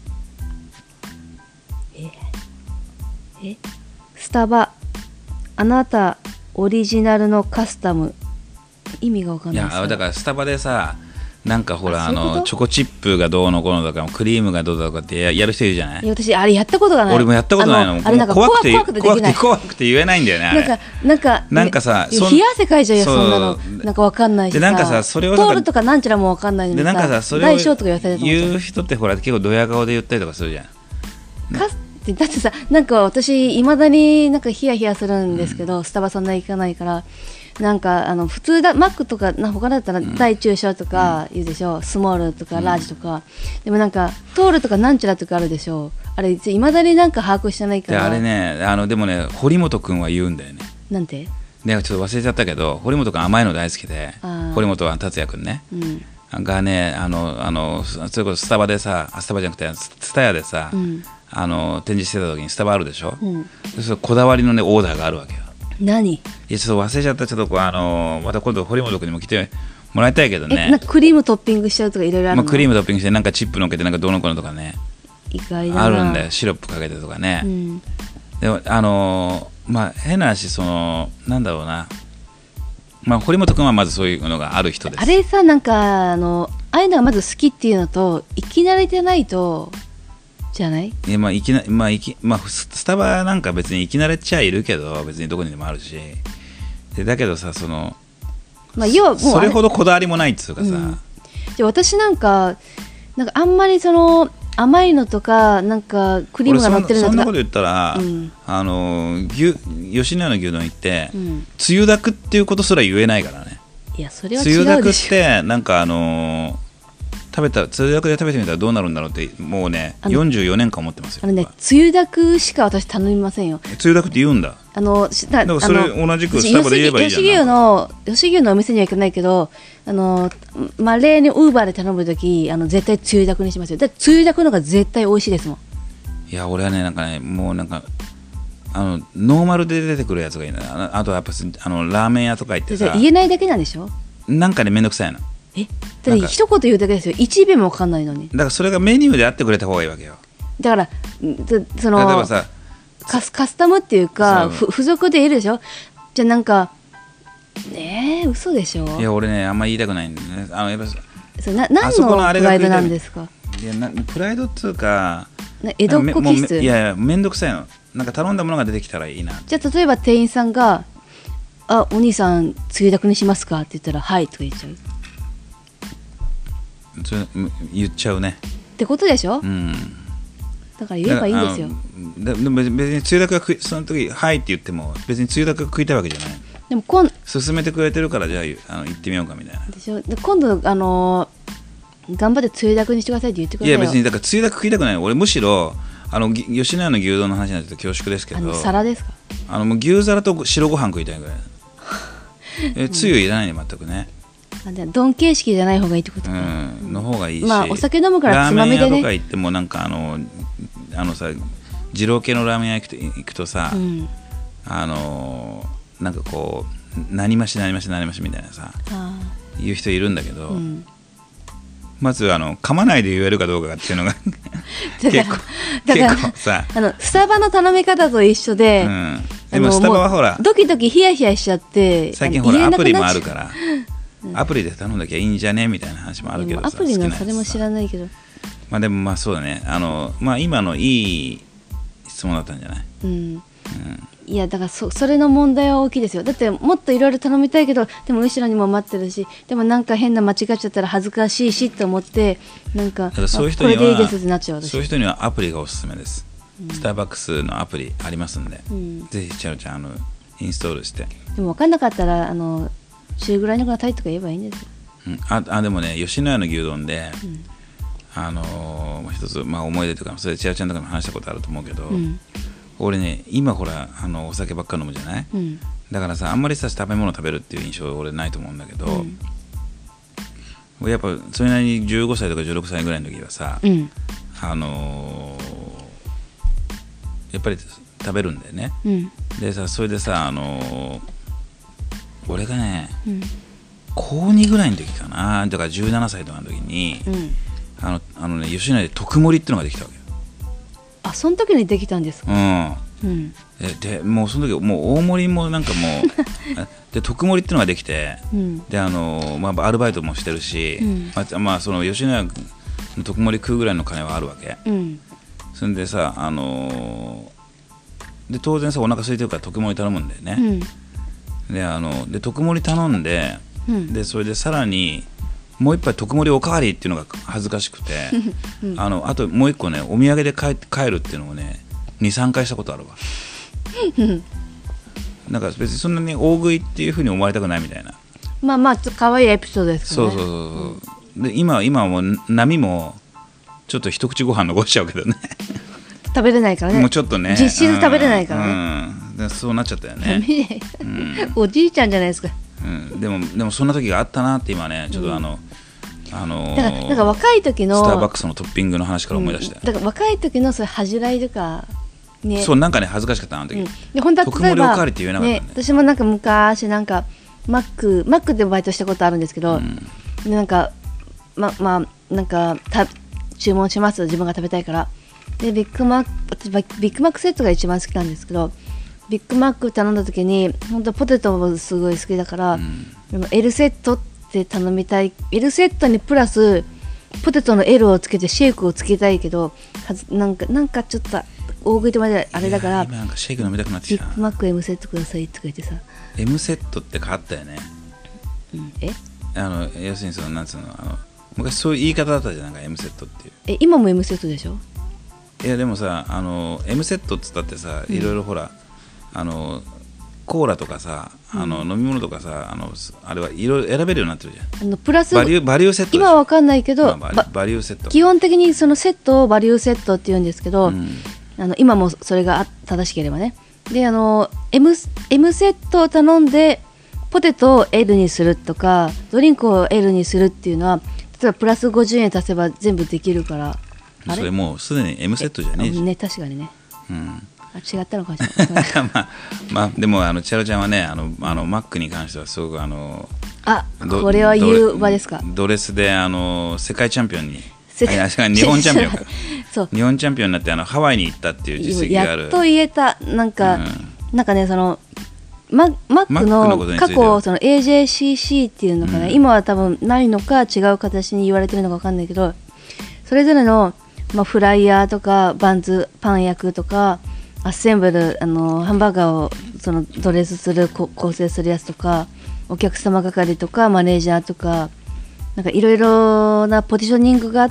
B: ええスタバあなたオリジナルのカスタム。意味がわかん
A: い
B: ないです
A: やだからスタバでさ、なんかほらあ
B: あそういうこと
A: のチョコチップがどうのこうのとかクリームがどうだとかってややる人いるじゃない
B: いや。私あれやったことがない。
A: 俺もやったことないの。
B: ああれなんか怖くて怖くてで
A: 怖くて
B: きない。
A: 怖くて言えないんだよねあれ。
B: なんかなんか
A: なんかさそん
B: 冷や汗かいちゃうよそんなの。
A: そう
B: なんかわかんないしさ。
A: でなんかさそれをなんか
B: 通るとかなんちゃらもわかんないのに
A: で
B: さ。
A: なんかさそれ
B: 大小とか言わされたと思っちゃう
A: 言う人ってほら結構ドヤ顔で言ったりとかするじゃん。
B: かつだってさなんか私いまだになんかヒヤヒヤするんですけど、スタバそんな行かないからなんかあの普通だマックとかな他だったら大中小とか言うでしょ、スモールとかラージとか、でもなんかトールとかなんちゃらとかあるでしょ。あれいまだになんか把握してないから
A: であれねあのでもね堀本君は言うんだよね。
B: なんて
A: ねちょっと忘れちゃったけど堀本君甘いの大好きで、
B: あー
A: 堀本は達也君ね、
B: うん
A: がねあのあのそそれこそスタバでさあスタバじゃなくてススタヤでさ、
B: うん
A: あの展示してた時にスタバあるでしょ、
B: うん
A: でそれこだわりのねオーダーがあるわけよ。
B: 何
A: いやちょっと忘れちゃったちょっとこうあのまた今度堀本君にも来てもらいたいけど
B: えなん
A: ね、
B: かクリームトッピングしちゃうとかいろいろあるの、
A: まあ、クリームトッピングしてなんかチップのっけてなんかどうのこうのとかね
B: 意外だな
A: あるんだよ、シロップかけてとかね、
B: うん
A: でもあのーまあ変な話そのなんだろうな、まあ、堀本君はまずそういうのがある人です。
B: あれさなんかあのああいうのがまず好きっていうのと生き慣れてないとじゃない。
A: いやまあいきなまあいきまあススタバなんか別に生き慣れちゃいるけど別にどこにでもあるし、でだけどさその、
B: まあ、要はもう
A: それほどこだわりもないっつうかさ、
B: うんじゃあ私なんかなんかあんまりその甘いのとかなんかクリームが乗ってるのとか
A: 俺そんなそんなこと言ったら、
B: うん
A: あの牛吉野家の牛丼行って、
B: うん
A: つゆだくっていうことすら言えないからね。
B: いやそれは
A: つゆだくっ
B: 違うでしょ。
A: てなんかあのー食べたつゆだくで食べてみたらどうなるんだろうってもうね
B: あの
A: よんじゅうよねんかん思ってますよ。
B: あのね
A: 僕は
B: つゆだくしか私頼みませんよ。
A: つゆだくって言うんだ。
B: あのしだ
A: だからそれ
B: あの
A: 同じくスタバで言えばいいじゃん。
B: 吉牛の吉牛のお店には行かないけどあのまあ例にウーバーで頼むときあの絶対つゆだくにしますよ。だってつゆだくの方が絶対美味しいですもん。
A: いや俺はねなんかねもうなんかあのノーマルで出てくるやつがいいな。ああとはやっぱあのラーメン屋とか行って
B: じゃ
A: さ
B: あ言えないだけなんでしょ。
A: なんかねめんどくさいの。
B: えだって一言言うだけですよ。一秒も分かんないのに。
A: だからそれがメニューであってくれた方がいいわけよ。
B: だからんそそ
A: 例え
B: の
A: ばさ
B: カスカスタムっていうか
A: そう
B: ふ付属でいるでしょ。じゃあなんかねえ嘘でしょ。
A: いや俺ねあんま言いたくないんだよね。あのやっぱ
B: それな何
A: あそこのあれが
B: のプライドなんですか。
A: いやなプライドっつうか
B: な江戸っ子気質。
A: もうめいやいやめんどくさいの。なんか頼んだものが出てきたらいいな。
B: じゃあ例えば店員さんが「あお兄さんつゆだくにしますか?」って言ったら「はい」とか言っちゃう。
A: それ言っちゃうね
B: ってことでしょ、
A: うん、
B: だから言えばいいんですよ。
A: だでも別につゆだくが食いその時はいって言っても別につゆだくが食いたいわけじゃない。
B: でも今
A: 勧めてくれてるからじゃあ、あの行ってみようかみたいな。
B: でしょ。で今度あのー、頑張ってつゆだくにしてくださいって言ってくださいよ。
A: いや別にだからつゆだく食いたくない。俺むしろあの吉野家の牛丼の話になって恐縮ですけど、
B: あの皿ですか。
A: あのもう牛皿と白ご飯食いたいぐらいえつゆいらないね全くね。
B: あじゃあ丼形式じゃない方がいいってことか、
A: うん、の方がいいし、
B: まあお酒飲むからつまみでね。
A: ラーメン屋とか行ってもなんかあのあのさ二郎系のラーメン屋行くと行くとさ、うん、あのなんかこう何増し何増し何増しみたいなさ言う人いるんだけど、うん、まずあの噛まないで言えるかどうかっていうのが結構結構さ
B: あのスタバの頼み方と一緒で、うん、
A: でもスタバはほら
B: ドキドキヒヤヒヤしちゃって
A: 最近ほらアプリもあるからアプリで頼んだきゃいいんじゃねみたいな話もあるけどさ、
B: アプリのそれも知らないけど、
A: まあでもまあそうだね、あのまあ今のいい質問だったんじゃない。うん、うん、
B: いやだから そ, それの問題は大きいですよ。だってもっといろいろ頼みたいけどでも後ろにも待ってるし、でもなんか変な間違っちゃったら恥ずかしいしと思ってなんか
A: そういう人には
B: これでいいですってなっちゃう。私
A: そういう人にはアプリがおすすめです、うん、スターバックスのアプリありますんで、うん、ぜひチャロちゃんあのインストールして。
B: でも分かんなかったらあの中ぐらいのくださいとか言えばいいんですよ。
A: うん、あ, あでもね吉野家の牛丼で、うん、あのー、一つ、まあ、思い出とかそれチアちゃんとかも話したことあると思うけど、うん、俺ね今ほらあのお酒ばっか飲むじゃない、うん、だからさあんまりさ食べ物食べるっていう印象俺ないと思うんだけど、うん、やっぱそれなりにじゅうごさいとかじゅうろくさいぐらいの時はさ、うん、あのー、やっぱり食べるんだよね、うん、でさそれでさ、あのー、俺がね、うんこうにぐらいの時かな、だからじゅうななさいとかの時に、うん、あのあのね吉野家で特盛りってのができたわけよ。
B: あその時にできたんですか。
A: うん、うん、で, でもうその時もう大盛りもなんかもうで特盛りってのができて、うん、であの、まあ、アルバイトもしてるし、うんまあまあ、その吉野家の特盛り食うぐらいの金はあるわけ、うん、それでさあので当然さお腹空いてるから特盛り頼むんだよね、うん、であので特盛り頼んでうん、でそれでさらにもう一杯特盛りおかわりっていうのが恥ずかしくて、うん、あのあともう一個ねお土産で帰って帰るっていうのをね にさんかいしたことあるわなんか別にそんなに大食いっていう風に思われたくないみたいな、
B: まあまあ可愛いエピソードですからね。
A: そうそうそう、うん、で今今はもう波もちょっと一口ご飯残しちゃうけどね
B: 食べれないからね。
A: もうちょっとね
B: 実質食べれないからね、
A: うん、でそうなっちゃったよね、
B: うん、おじいちゃんじゃないですか。
A: うん、でもでもそんな時があったなって今ねちょっとあの、うん、あのー、
B: だからなんか若い時の
A: スターバックスのトッピングの話から思い出して、
B: うん、だから若い時のそういう恥じらいとかね、
A: そうなんかね恥ずかしかったなあの時、うん、
B: で本当は
A: 特盛りおかわりって言えなかったんで、ね、
B: 私もなんか昔なんかマックマックでバイトしたことあるんですけど、うん、でなんかままあなんかた注文します自分が食べたいからでビッグマック私ビッグマックセットが一番好きなんですけどビッグマック頼んだ時に本当ポテトもすごい好きだから、うん、L セットって頼みたい L セットにプラスポテトの L をつけてシェイクをつけたいけどなんかなんかちょっと大食いとまであれだから
A: 今なんかシェイク飲みたくなってきた。
B: ビッグマック M セットくださいって書いてさ
A: M セットって変わったよね、
B: うん、え
A: あの要するにそのなんつうのあの昔そういう言い方だったじゃん、なんか M セットっていう。
B: え今も M セットでしょ。
A: いやでもさあの M セットっつったってさいろいろほら、うん、あのコーラとかさあの、うん、飲み物とかさあのあれはいろいろ選べるようになってるじゃん。あのプラスバリューバリューセット
B: 今は分かんないけど、
A: まあ、バ, バリューセット
B: 基本的にそのセットをバリューセットって言うんですけど、うん、あの今もそれが正しければね。であの M, M セットを頼んでポテトを L にするとかドリンクを L にするっていうのは例えばプラスごじゅうえん足せば全部できるから。
A: それもうすでに M セットじゃねえじゃん。
B: ね確かにね、うん、あ違ったのかもしれないまあ、
A: まあでもあのチャロちゃんはねあのあのマックに関してはすごくあの
B: あこれは言う場ですか。
A: ドレスであの世界チャンピオンに日本チャンピオンかそう日本チャンピオンになってあのハワイに行ったっていう実績がある。
B: やっと言えたなんか、うん、なんかねそのマ, マックの過去その エージェーシーシー っていうのかな、うん、今は多分ないのか違う形に言われてるのか分かんないけどそれぞれのまあ、フライヤーとかバンズパン焼くとかアッセンブルあのハンバーガーをそのドレスする構成するやつとかお客様係とかマネージャーとかなんかいろいろなポジショニングがあって、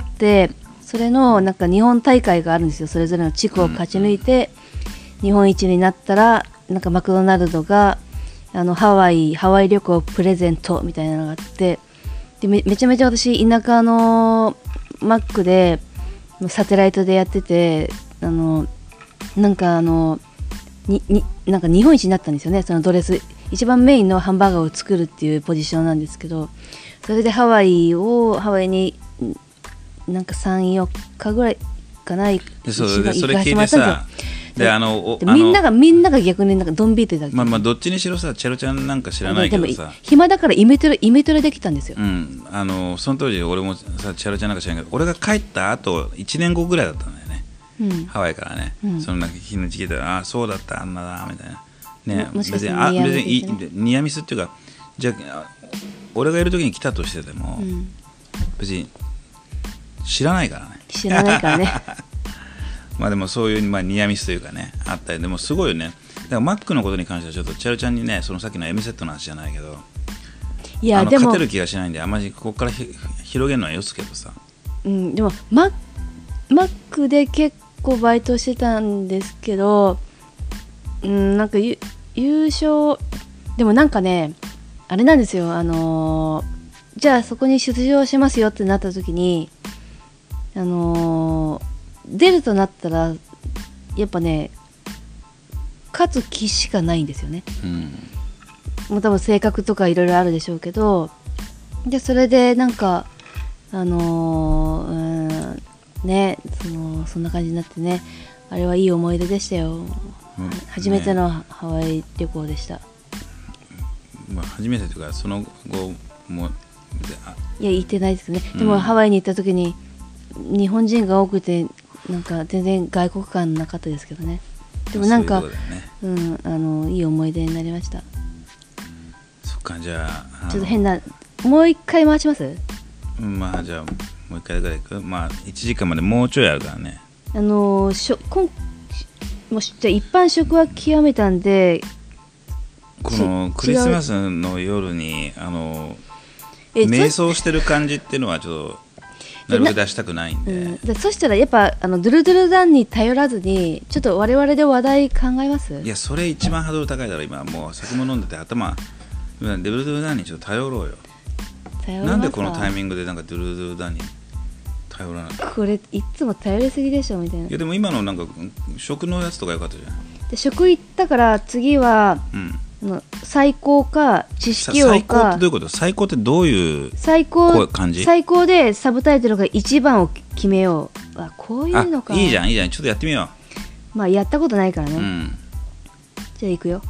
B: それのなんか日本大会があるんですよ。それぞれの地区を勝ち抜いて日本一になったら、なんかマクドナルドがあのハワイハワイ旅行プレゼントみたいなのがあって、で め, めちゃめちゃ私田舎のマックでサテライトでやってて、あのなんかあのにになんか日本一になったんですよね。そのドレス一番メインのハンバーガーを作るっていうポジションなんですけど、それでハワイをハワイになんかさん、よっかぐらいかな、
A: でそれでそれ聞いてさ、であの
B: でみんながみんなが逆になんかドン引いてた。
A: まあまあどっちにしろさ、チェロちゃんなんか知らないけどさ、
B: でも暇だからイメトレイメトレできたんですよ。
A: うん、あのその当時俺もさチェロちゃんなんか知らないけど、俺が帰った後いちねんごぐらいだったんだよね、うん、ハワイからね、うん、そのなんか日のち聞いたら、ああそうだったあんなだみたいなね、
B: もしかして
A: 別にあ別にニアミスっていうか、じゃあ俺がいる時に来たとしてでも、うん、別に知らないからね。
B: 知らないからね。
A: まあでもそういう、まあ、ニアミスというかねあったり、でもすごいよね。だからマックのことに関してはちょっとチェロちゃんにね、そのさっきの エムセットの話じゃないけど、いやあのでも勝てる気がしないんで、あんまりここからひ広げるのはよすけどさ、
B: うん、でもマッマックで結構バイトしてたんですけど、うん、なんか優勝でもなんかねあれなんですよ、あのー、じゃあそこに出場しますよってなった時に、あのー、出るとなったらやっぱね勝つ気しかないんですよね、うん、もう多分性格とかいろいろあるでしょうけど、でそれでなんかあのー、うんねそのそんな感じになってね、あれはいい思い出でしたよ、うん、初めてのハワイ旅行でした、
A: まあ、初めてというかその後も
B: いや行ってないですね、うん、でもハワイに行った時に日本人が多くてなんか全然外国感なかったですけどね。でもなんかう、ね、うん、あのいい思い出になりました。
A: そっか、じゃあ
B: ちょっと変な、もう一回回します？
A: うん、まあじゃあもう一回ぐらいいく。まあいちじかんまでもうちょいあるからね。
B: あのしょこんもしじゃあ一般職は極めたんで、
A: このクリスマスの夜にあの瞑想してる感じっていうのはちょっとなるべく出したくないんで、うん、
B: でそしたらやっぱあのドゥルドゥルダンに頼らずにちょっと我々で話題考えます？
A: いやそれ一番ハードル高いだろ。今もう酒も飲んでて頭ドゥルドゥルダンにちょっと頼ろうよ。なんでこのタイミングでなんかドゥルドゥルダンに頼らない？
B: これいつも頼りすぎでしょみたいな。
A: いやでも今のなんか食のやつとか良かったじゃん。
B: で食行ったから次は、うん、最高か知識王か。
A: 最高ってどういうこと？最高ってどういう
B: 最高
A: 感じ？
B: 最高でサブタイトルがいちばんを決めよう。あ、こういうのか。
A: いいじゃんいいじゃん、ちょっとやってみよ
B: う。まあやったことないからね、うん、じゃあ行くよ、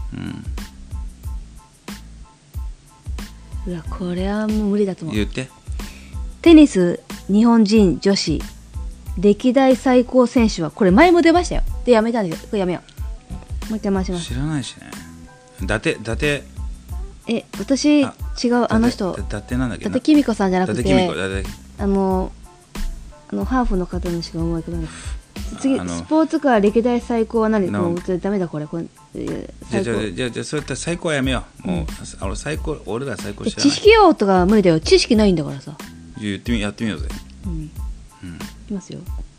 B: うん、うわこれはもう無理だと思う。
A: 言って。
B: テニス日本人女子歴代最高選手は、これ前も出ましたよ。でやめたんですよ。これやめよう。もう一回回します。
A: 知らないしね。伊達伊達
B: え私違う、あの人
A: 伊達なんだっけな、
B: 伊達公子さんじゃなくて、
A: 伊達公子、伊達
B: あのあのハーフの方にしか思い浮かばない。次スポーツカー歴代最高は何？もうダメだこれ。これ
A: じゃあじゃあじゃあじゃあそういった最高はやめよう。もう、うん、あの最高俺ら最高知らない。
B: 知識王とか無理だよ。知識ないんだからさ。
A: 言ってみやってみようぜ。うん。うん、い
B: きますよ。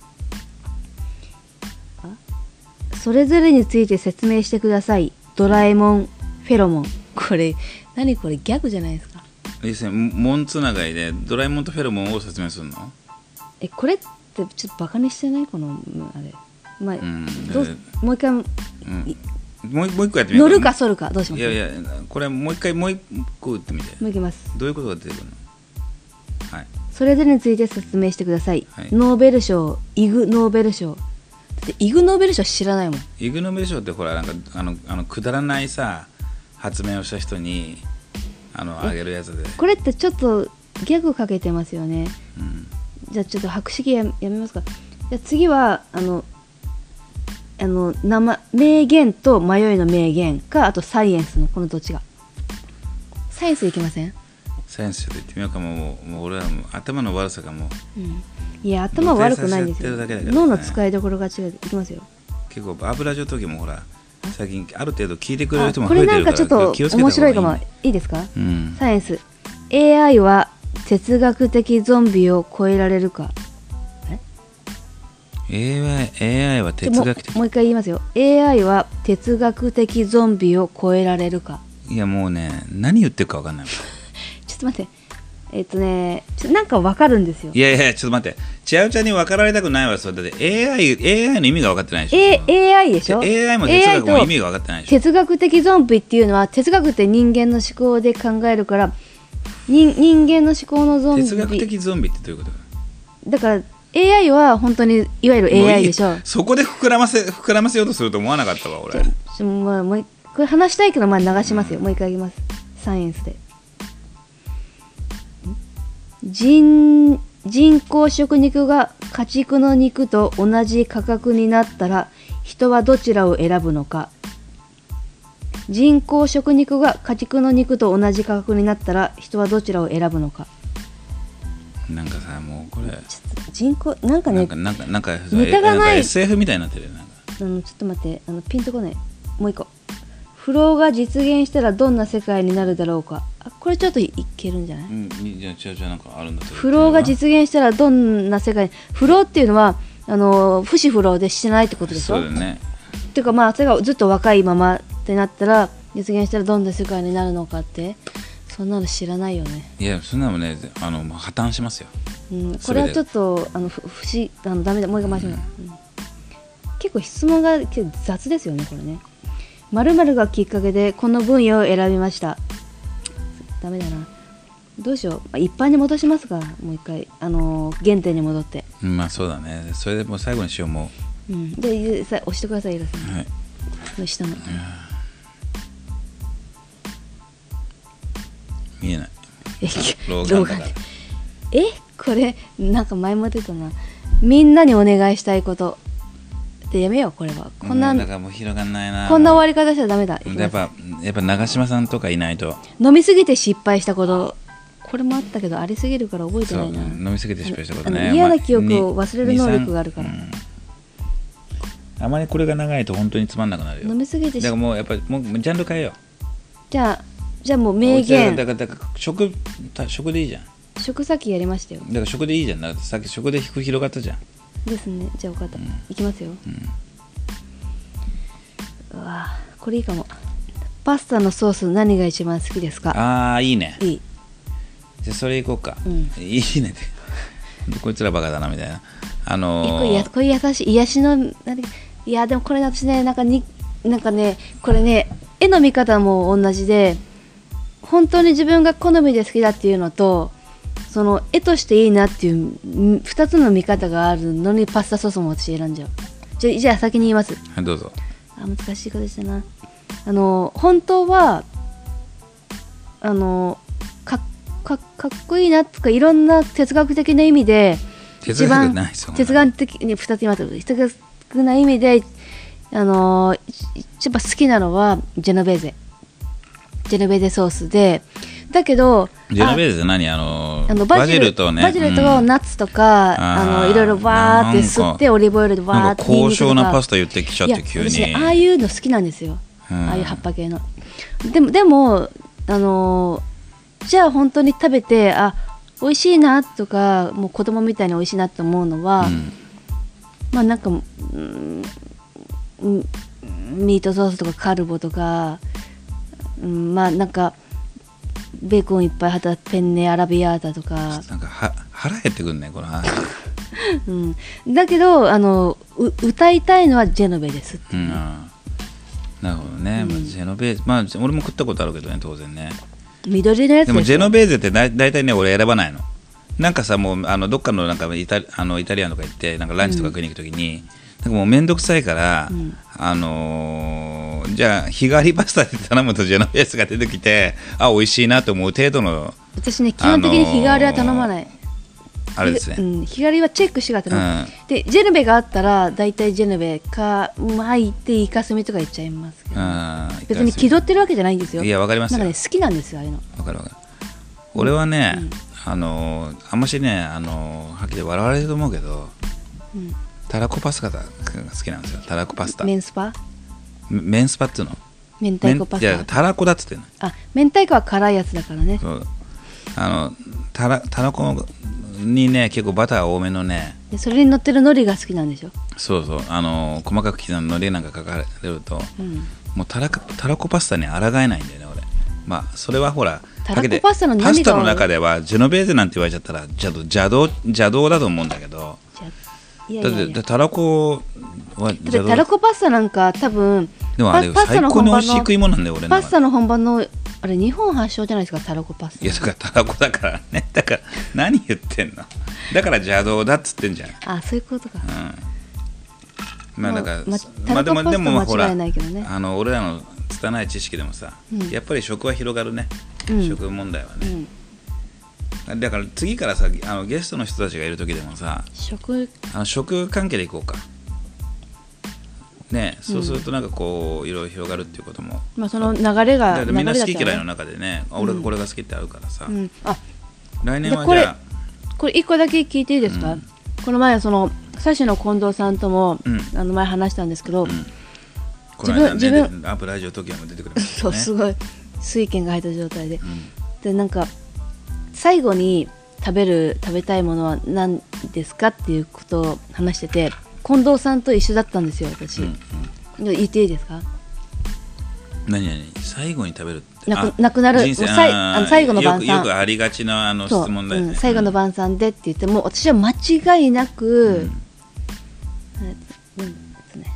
B: あ、それぞれについて説明してください。ドラえもん、フェロモン。これ何これギャグじゃないですか。
A: いいですね。モンつながりでドラえもんとフェロモンを説明するの？
B: えこれってちょっとバカにしてないこのあれ。まあ、うん、どうもう一回、うん、
A: もうもう一個やってみよう。
B: 乗るか反るかどうします？
A: いやいやこれもう一回もう一個打ってみて。
B: もういきます。
A: どういうことが出てくるの？はい。
B: それぞれについて説明してください。はい、ノーベル賞、イグ・ノーベル賞。だってイグ・ノーベル賞知らないもん。
A: イグ・ノーベル賞ってほらなんかあのあのくだらないさ発明をした人にあのあげるやつで。これ
B: ってちょっとギャグかけてますよね。うん、じゃあちょっと博識ややめますか。じゃあ次はあのあの名名言と迷いの名言か、あとサイエンスのこのどっちが。サイエンスいきません？
A: サイエンスで言ってみようか。もう、もう俺はもう頭の悪さがもう、うん、
B: いや頭悪くないんですよ、ね、脳の使いどころが違う。いきますよ。
A: 結構油状時もほら最近ある程度聞いてくれる人も増えてるから、
B: これなんかちょっと面白いかも。いいですか、
A: うん、
B: サイエンス エーアイ は哲学的ゾンビを超えられるか。
A: エーアイ, エーアイ は哲学的。
B: もう一回言いますよ。 エーアイ は哲学的ゾンビを超えられるか。
A: いやもうね、何言ってるか分かんないもん。
B: ちょっと待って、えっとねちょなんか分かるんですよ。
A: いやいやちょっと待って、千代ちゃんに分かられたくないわ。それだって エーアイ, エーアイ の意味が分かってないでしょ。
B: A- エーアイ でしょ。
A: エーアイ も哲学も意味が分かってないでしょ。
B: 哲学的ゾンビっていうのは、哲学って人間の思考で考えるから、人, 人間の思考のゾンビ。
A: 哲学的ゾンビってどういうこと
B: だから エーアイ は本当にいわゆる エーアイ でしょ。
A: そこで膨らませ膨らませようとすると思わなかったわ俺。
B: ちょもうもうこれ話したいけど、まあ流しますよ、うん、もう一回言います。サイエンスで人人工食肉が家畜の肉と同じ価格になったら人はどちらを選ぶのか。人工食肉が家畜の肉と同じ価格になったら人はどちらを選ぶのか。
A: なんかさ、もうこれ
B: 人工なんかね、
A: なんかなんかなんか
B: ネタがない。
A: エスエフ みたいになってるよ。なんか
B: あのちょっと待って、あのピンとこない。もう一個。不老が実現したらどんな世界になるだろうか。あ、これちょっといけるんじゃない？うん、
A: じゃあ違う違う、なんかあるんだって。
B: 不老が実現したらどんな世界。不老っていうのはあの不死不老でしてないってことでしょ。
A: そうだね。
B: っていうかまあそれがずっと若いままってなったら実現したらどんな世界になるのかって、そんなの知らないよね。
A: いやそんなのね、あの破綻しますよ。
B: うん、これはちょっとあの不不思あのダメだ。もう一回回します、うんうん、結構質問が結構雑ですよねこれね。〇〇がきっかけでこの分野を選びました。ダメだな。どうしよう。一般に戻しますか。もう一回あのー、原点に戻って。
A: まあそうだね。それでもう最後にしよう。も
B: う、うん、でさ押してください。いらさん、
A: はい、
B: の下の
A: 見えない。
B: え
A: 老眼だから。
B: えこれなんか前も出たな。みんなにお願いしたいことでやめよう。これはこんな、
A: うん、だからもう広がんないな。
B: こんな終わり方しちゃダメだ。
A: やっぱやっぱ長嶋さんとかいないと。
B: 飲みすぎて失敗したこと。これもあったけどありすぎるから覚えてないな。
A: 飲みすぎて失敗したことね。
B: 嫌な記憶を忘れる能力があるから、うん、
A: あまりこれが長いと本当につまんなくなるよ。
B: 飲みすぎて。
A: だからもうやっぱりもうジャンル変えよう。
B: じゃあじゃあもう名言。
A: だからだから食食でいいじゃん。
B: 食さっきやりましたよ。
A: だから食でいいじゃん。だからさっき食で広がったじゃん。
B: ですね。じゃあ分かった、うん、いきますよ、うん、うわこれいいかも。パスタのソース何が一番好きですか。
A: ああいいね。
B: いい。
A: じゃあそれいこうか、うん、いいねってこいつらバカだなみたいな。あのー、
B: これやこれ優しい癒しの。いやでもこれ私ねなんかになんかねこれね絵の見方も同じで、本当に自分が好みで好きだっていうのと、その絵としていいなっていうふたつの見方があるのにパスタソースも私選んじゃう。じゃあ、じゃあ先に言います。
A: はいどうぞ。
B: あ難しいことしたな。あの本当はあのかかかっこいいなとかいろんな哲学的な意味で
A: 哲学ないそんな
B: 哲学的にふたつ言います。哲学な意味であの一番好きなのはジェノベーゼジェノベーゼソースで、だけど
A: ジェノベーゼって何？あの
B: あの
A: バジルとね
B: バジルとナッツとか、うん、あのいろいろバーって吸ってオリーブオイルでバーって
A: 高尚なパスタ言ってきちゃって急に。
B: いや私ああいうの好きなんですよ、うん、ああいう葉っぱ系の。でもでもあのじゃあ本当に食べてあ美味しいなとかもう子供みたいに美味しいなと思うのは、うん、まあなんか、うん、ミートソースとかカルボとか、うん、まあなんかベーコンいっぱいはたペンネアラビアータとか
A: なんかは腹減ってくんねこの話、
B: うん、だけどあのう歌いたいのはジェノベですって、うん、
A: なるほどね、うんまあ、ジェノベーゼまあ俺も食ったことあるけどね当然ね。
B: 緑のやつ
A: でもジェノベーゼってだだいたいね俺選ばないの。なんかさもうあのどっかのなんかイタあのイタリアンとか行ってなんかランチとか食いに行くときに、うん、なんかもうめんどくさいから、うん、あのー、じゃあ日替わりパスタで頼むとジェノベーゼが出てきてあ美味しいなと思う程度の。
B: 私ね基本的に日替わりは頼まない、
A: あのー、あれですね、
B: うん、日替わりはチェックしてから頼む、うん、でジェノベがあったらだいたいジェノベか入ってイカスミとか言っちゃいますけど、ね、別に気取ってるわけじゃないんですよ。
A: いやわかりますよ。
B: なんかね好きなんですよああいうの。
A: わかるわかる。俺はね、うんあのー、あんましね、あのー、はっきり笑われると思うけど、うん、たらこパスタが好きなんですよ。たらこパスタ。
B: メンスパ？
A: メンスパっていうの？
B: 明太子パスタ。
A: いやたらこだっつってんの。
B: あ、明太子は辛いやつだからね。
A: そうあのたらたらこにね結構バター多めのね、
B: でそれに乗ってる海苔が好きなんでしょ。
A: そうそう、あの細かく刻んだ海苔なんか書かれると、うん、もうたらたらこパスタに抗えないんだよね俺。まあそれはほら
B: たらこパスタの何が
A: パスタの中ではジェノベーゼなんて言われちゃったら邪道邪道だと思うんだけど、いやいやいやだってたらこは邪道。
B: たらこパスタなんか多分
A: でもあれ最高に美味しい食い物なんだよ俺の。
B: パスタの本場のあれ日本発祥じゃないですか、たらこパスタ。
A: いやだからたらこだからね、だから何言ってんの、だから邪道だっつってんじゃん。
B: あ、そういうことか。
A: うん、まあだから、
B: ままあ、でもでもほら、あ
A: の俺らの拙い知識でもさ、うん、やっぱり食は広がるね、うん、食問題はね、うん、だから次からさあのゲストの人たちがいる時でもさ、
B: 食
A: あの食関係でいこうかね、そうするとなんかこういろいろ広がるっていうことも、
B: まあ、その流れが
A: みんな好き嫌いの中でね、うん、俺がこれが好きってあるからさ、うん、あ来年は
B: じゃあこれいっこだけ聞いていいですか、うん、この前そのサシの近藤さんとも、うん、あの前話したんですけど、うん、
A: 自分、ね、自分アップラジオトキアも出てくる、ね、
B: そうすごい水拳が入った状態で、うん、でなんか最後に食べる食べたいものは何ですかっていうことを話してて、近藤さんと一緒だったんですよ私、うんうん、言っていいですか。
A: 何何最後に食べるって
B: なく、なくなる
A: 人生
B: あの最後の晩餐、
A: よく、よくありがちなあの質問だよね、うん、
B: 最後の晩餐でって言っても私は間違いなく、うんうんうん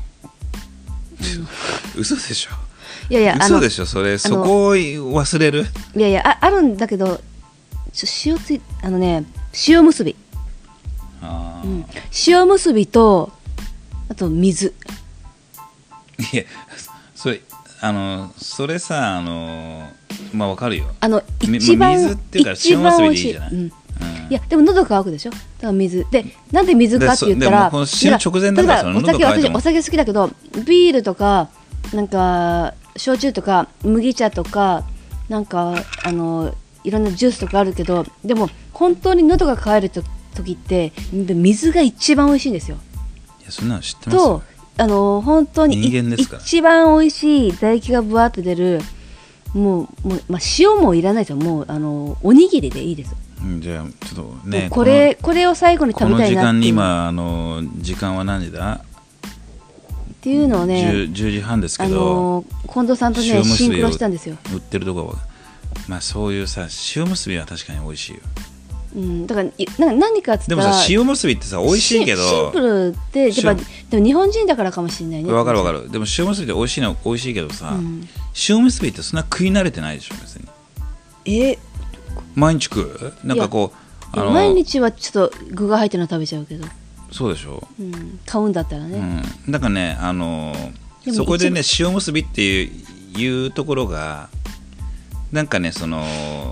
A: 嘘でしょ。
B: いやいや
A: 嘘でしょそれ、そこを忘れる。
B: いやいや あ, あるんだけどちょ塩ついあのね塩むすび、あ、うん、塩むすびとあと水。
A: いやそれあのそれさあのまあわかるよ。
B: あの一番、
A: まあ、水っていうから塩むすびでいいじゃない。うんうん、
B: いやでも喉乾くでしょ。だから水でなんで水かって言ったら、
A: この塩直前だからその喉乾いても
B: お酒好きだけどビールとかなんか焼酎とか麦茶とかなんかあのいろんなジュースとかあるけど、でも本当に喉が渇いると時って水が一番美味しいんですよ。
A: いやそんなの知ってます
B: とあの本当に一番美味しい唾液がぶわっと出るもう、もうまあ、塩もいらないですよ。もうあのおにぎりでいいです。
A: うん、じゃあちょっとね
B: これこれを最後に食べたいなっていう。
A: この時間に今あの時間は何時だ
B: っていうのをね 10,
A: じゅうじはんですけど、
B: あの近藤さんとねシンクロしたんですよ。
A: 売ってるところはまあそういうさ塩むすびは確かに美味しいよ。
B: うん、だからな何かっつったら
A: でもさ塩むすびってさ美味しいけど
B: シンプルでやっぱでも日本人だからかもしれないね。
A: わかるわかる。でも塩むすびって美味しいの美味しいけどさ、うん、塩むすびってそんな食い慣れてないでしょ別に。え毎日食うなんかこう
B: あの毎日はちょっと具が入ってるの食べちゃうけど。
A: そうでしょ、
B: うん、買うんだったらね、
A: うん、だからねあのそこでね塩むすびっていう、いうところがなんかねその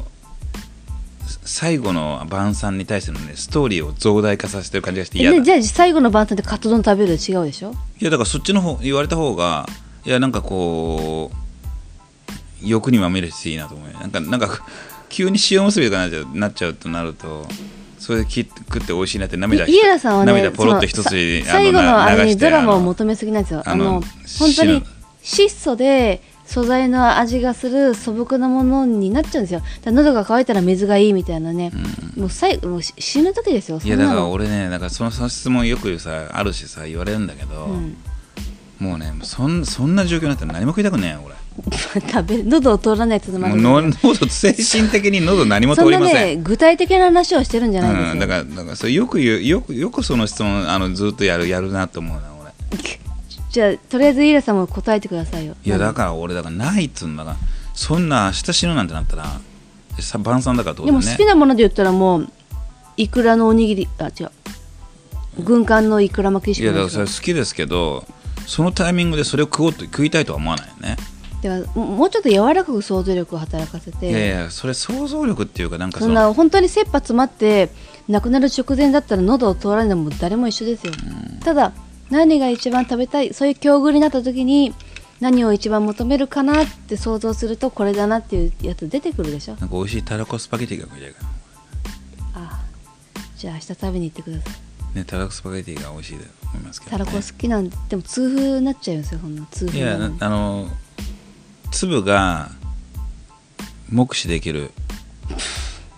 A: 最後の晩餐に対してのねストーリーを増大化させてる感じがして嫌だ。
B: じゃあ最後の晩餐ってカツ丼食べる違うでしょ。
A: いやだからそっちの方言われた方がいやなんかこう欲にまみれていいなと思うよ。なんかなんか急に塩むすびとかなっちゃう、なっちゃうとなるとそれで食って美味しいなって涙
B: イエラさんはね
A: 涙ポロッと一つ
B: 最後のあれにドラマを求めすぎなんですよ。あの本当に質素で素材の味がする素朴なものになっちゃうんですよ。だから喉が渇いたら水がいいみたいなね、うん、もう最もう死ぬ時ですよ。
A: いやだから俺ねだからその、その質問よくさあるしさ言われるんだけど、うん、もうねそん、そんな状況になったら何も食いたくねえよ俺
B: 食べ喉を通らないとつまり
A: 喉精神的に喉何も通りません。そんな、ね、
B: 具体的な話をしてるんじゃないですよ、
A: うん、だからだからそれよく言うよくよくその質問あのずっとやるやるなと思うな俺
B: じゃあとりあえずイーラさんも答えてくださいよ。
A: いやだから俺だからないっつうんだからそんな明日死ぬなんてなったら晩餐だからどうだね。
B: でも好きなもので言ったらもうイクラのおにぎりあ違う軍艦のイクラ巻きしかない。
A: いやだからそれ好きですけどそのタイミングでそれを食おうと食いたいとは思わないよね。
B: だからもうちょっと柔らかく想像力を働かせて。
A: いやいやそれ想像力っていうかなんか
B: そんな本当に切羽詰まって亡くなる直前だったら喉を通らないのも誰も一緒ですよ。ただ何が一番食べたいそういう境遇になった時に何を一番求めるかなって想像するとこれだなっていうやつ出てくるでしょ。
A: なんか美味しいたらこスパゲティが食いたいから。
B: ああじゃあ明日食べに行ってください。
A: ねたらこスパゲティが美味しいと思いますけど、ね、
B: たらこ好きなんででも痛風になっちゃうんですよこんな痛風。
A: いやあの粒が目視できる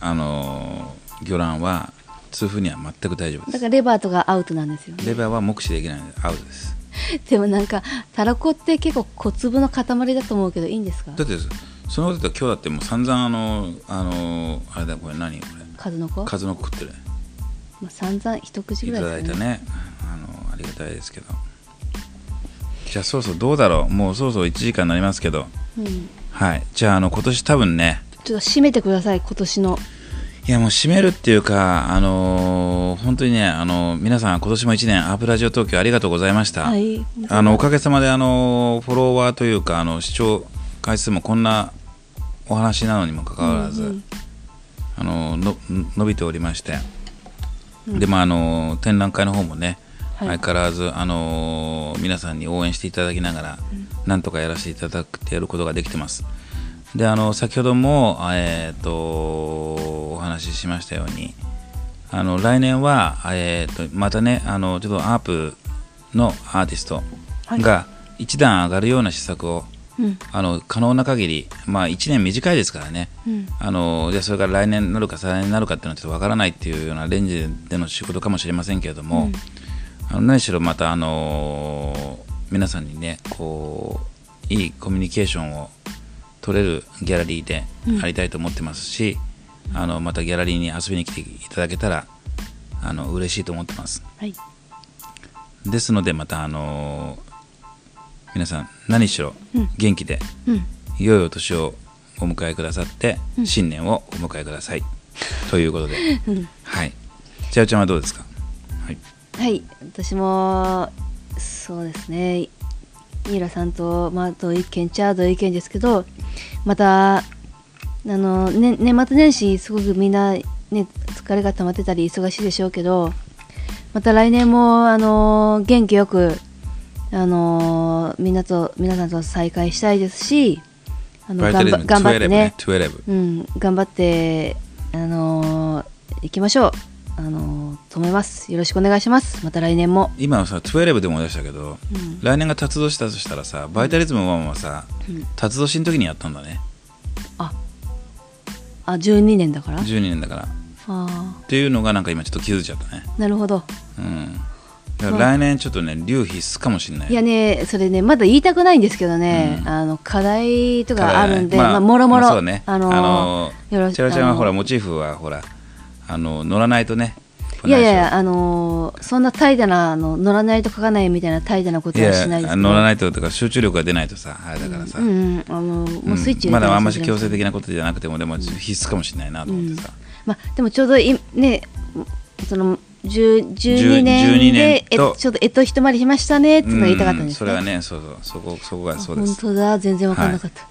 A: あの魚卵は痛風には全く大丈夫です。
B: だからレバーとかアウトなんですよね。
A: レバーは目視できないのでアウトです。
B: でもなんかたらこって結構小粒の塊だと思うけどいいんですか？
A: だってそのことだと今日だってもう散々あのあのあれだこれ何これ
B: 数の子
A: 数の子食ってる、
B: まあ、散々一口
A: いた
B: ぐらいですね。
A: だいたね、あのありがたいですけど。じゃあそろそろどうだろう、もうそろそろいちじかんになりますけど、
B: うん、
A: はい、じゃああの今年多分ね、
B: ちょっと締めてください今年の。
A: いやもう締めるっていうか、あのー、本当にね、あのー、皆さん今年もいちねんアープラジオ東京ありがとうございました、
B: はい、
A: あのおかげさまで、あのー、フォロワーというかあの視聴回数もこんなお話なのにもかかわらず、うんうん、あのの伸びておりまして、うん、でもあの展覧会の方もね、はい、相変わらず、あのー、皆さんに応援していただきながら、うん、なんとかやらせていただくってやることができてます。であの先ほども、えー、とお話ししましたように、あの来年は、えー、とまたね、あのちょっとアープのアーティストが一段上がるような施策を、うん、あの可能な限り、まあ、いちねん短いですからね、うん、あのでそれから来年になるか再来年になるかっていうのはちょっとわからないっていうようなレンジでの仕事かもしれませんけれども、うん、あの何しろまた、あの皆さんにねこういいコミュニケーションを取れるギャラリーでありたいと思ってますし、うん、あのまたギャラリーに遊びに来ていただけたらあの嬉しいと思ってます、はい、ですのでまた、あの皆さん何しろ元気で、うん、良いお年をお迎えくださって、うん、新年をお迎えくださいということで、うん、はい。ちあおちゃんはどうですか？はい、
B: はい、私もそうですね、ミイラさんと、まあ、同意見ちゃ同意見ですけど、またあの、ね、年末年始すごくみんな、ね、疲れが溜まってたり忙しいでしょうけど、また来年もあの元気よくあのみんなと皆さんと再会したいですし、あの頑張頑張ってね、うん、頑張ってあの行きましょう。あのと思います。よろしくお願いします。また来年も。
A: 今はさじゅうにで思い出したけど、うん、来年が辰年だとしたらさ、バイタリズムワンはさ、うん、辰年の時にやったんだね。
B: ああじゅうにねんだから
A: じゅうにねんだからあっていうのがなんか今ちょっと気づいちゃったね。
B: なるほど、
A: うん、だから来年ちょっとね龍必須かもしれない。
B: いやね、それねまだ言いたくないんですけどね、うん、あの課題とかあるんで、
A: まあ、
B: まあ、もろもろ、まあ、
A: そうね、あのー、あのー、チャラちゃんはほらモチーフはほらあの乗らないとね。
B: いやいや、あのー、そんな怠惰なあの乗らないと書かないみたいな怠惰なことはしないですけど、
A: 乗らないととか集中力が出ないとさあれだからさ、うんうん、あのもうスイッチ、うん、まだあんまり強制的なことじゃなくてもでも必須かもしれないなと思ってさ、うん、
B: まあ、でもちょうどいねそのじゅうにねんでえちょっとえっと一回りしましたねっていうのが言いたかったんですね、うん、それはね、そうそうそこそこがそうです。本当だ、全然分からなかった、はい、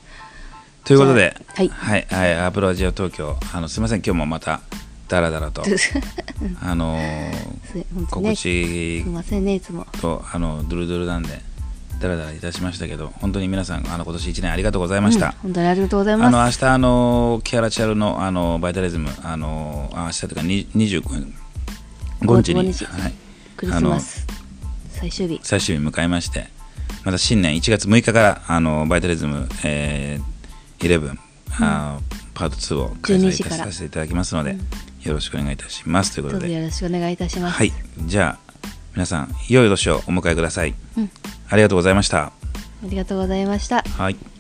A: ということで、
B: はい
A: はいはい、アープラジオ東京、あのすみません今日もまただらだらとあのー、告知とあのドゥルドゥルなんでだらだらいたしましたけど、本当に皆さんあの今年いちねんありがとうございました、うん、
B: 本当にありがとうございます。
A: あの明日あのキャラチャルのあのバイタリズムあのあ明日というかにじゅうごにちに、はい、
B: クリスマス最終日
A: 最終日迎えまして、また新年いちがつむいかからあのバイタリズム、えー、じゅういち、うん、あパートツーを開催させていただきますので、うん、よろしくお願いいたしますということで、
B: よろしくお願いいたします。
A: はい、じゃあ皆さん良いお年をお迎えください、うん、ありがとうございました。
B: ありがとうございました。
A: はい。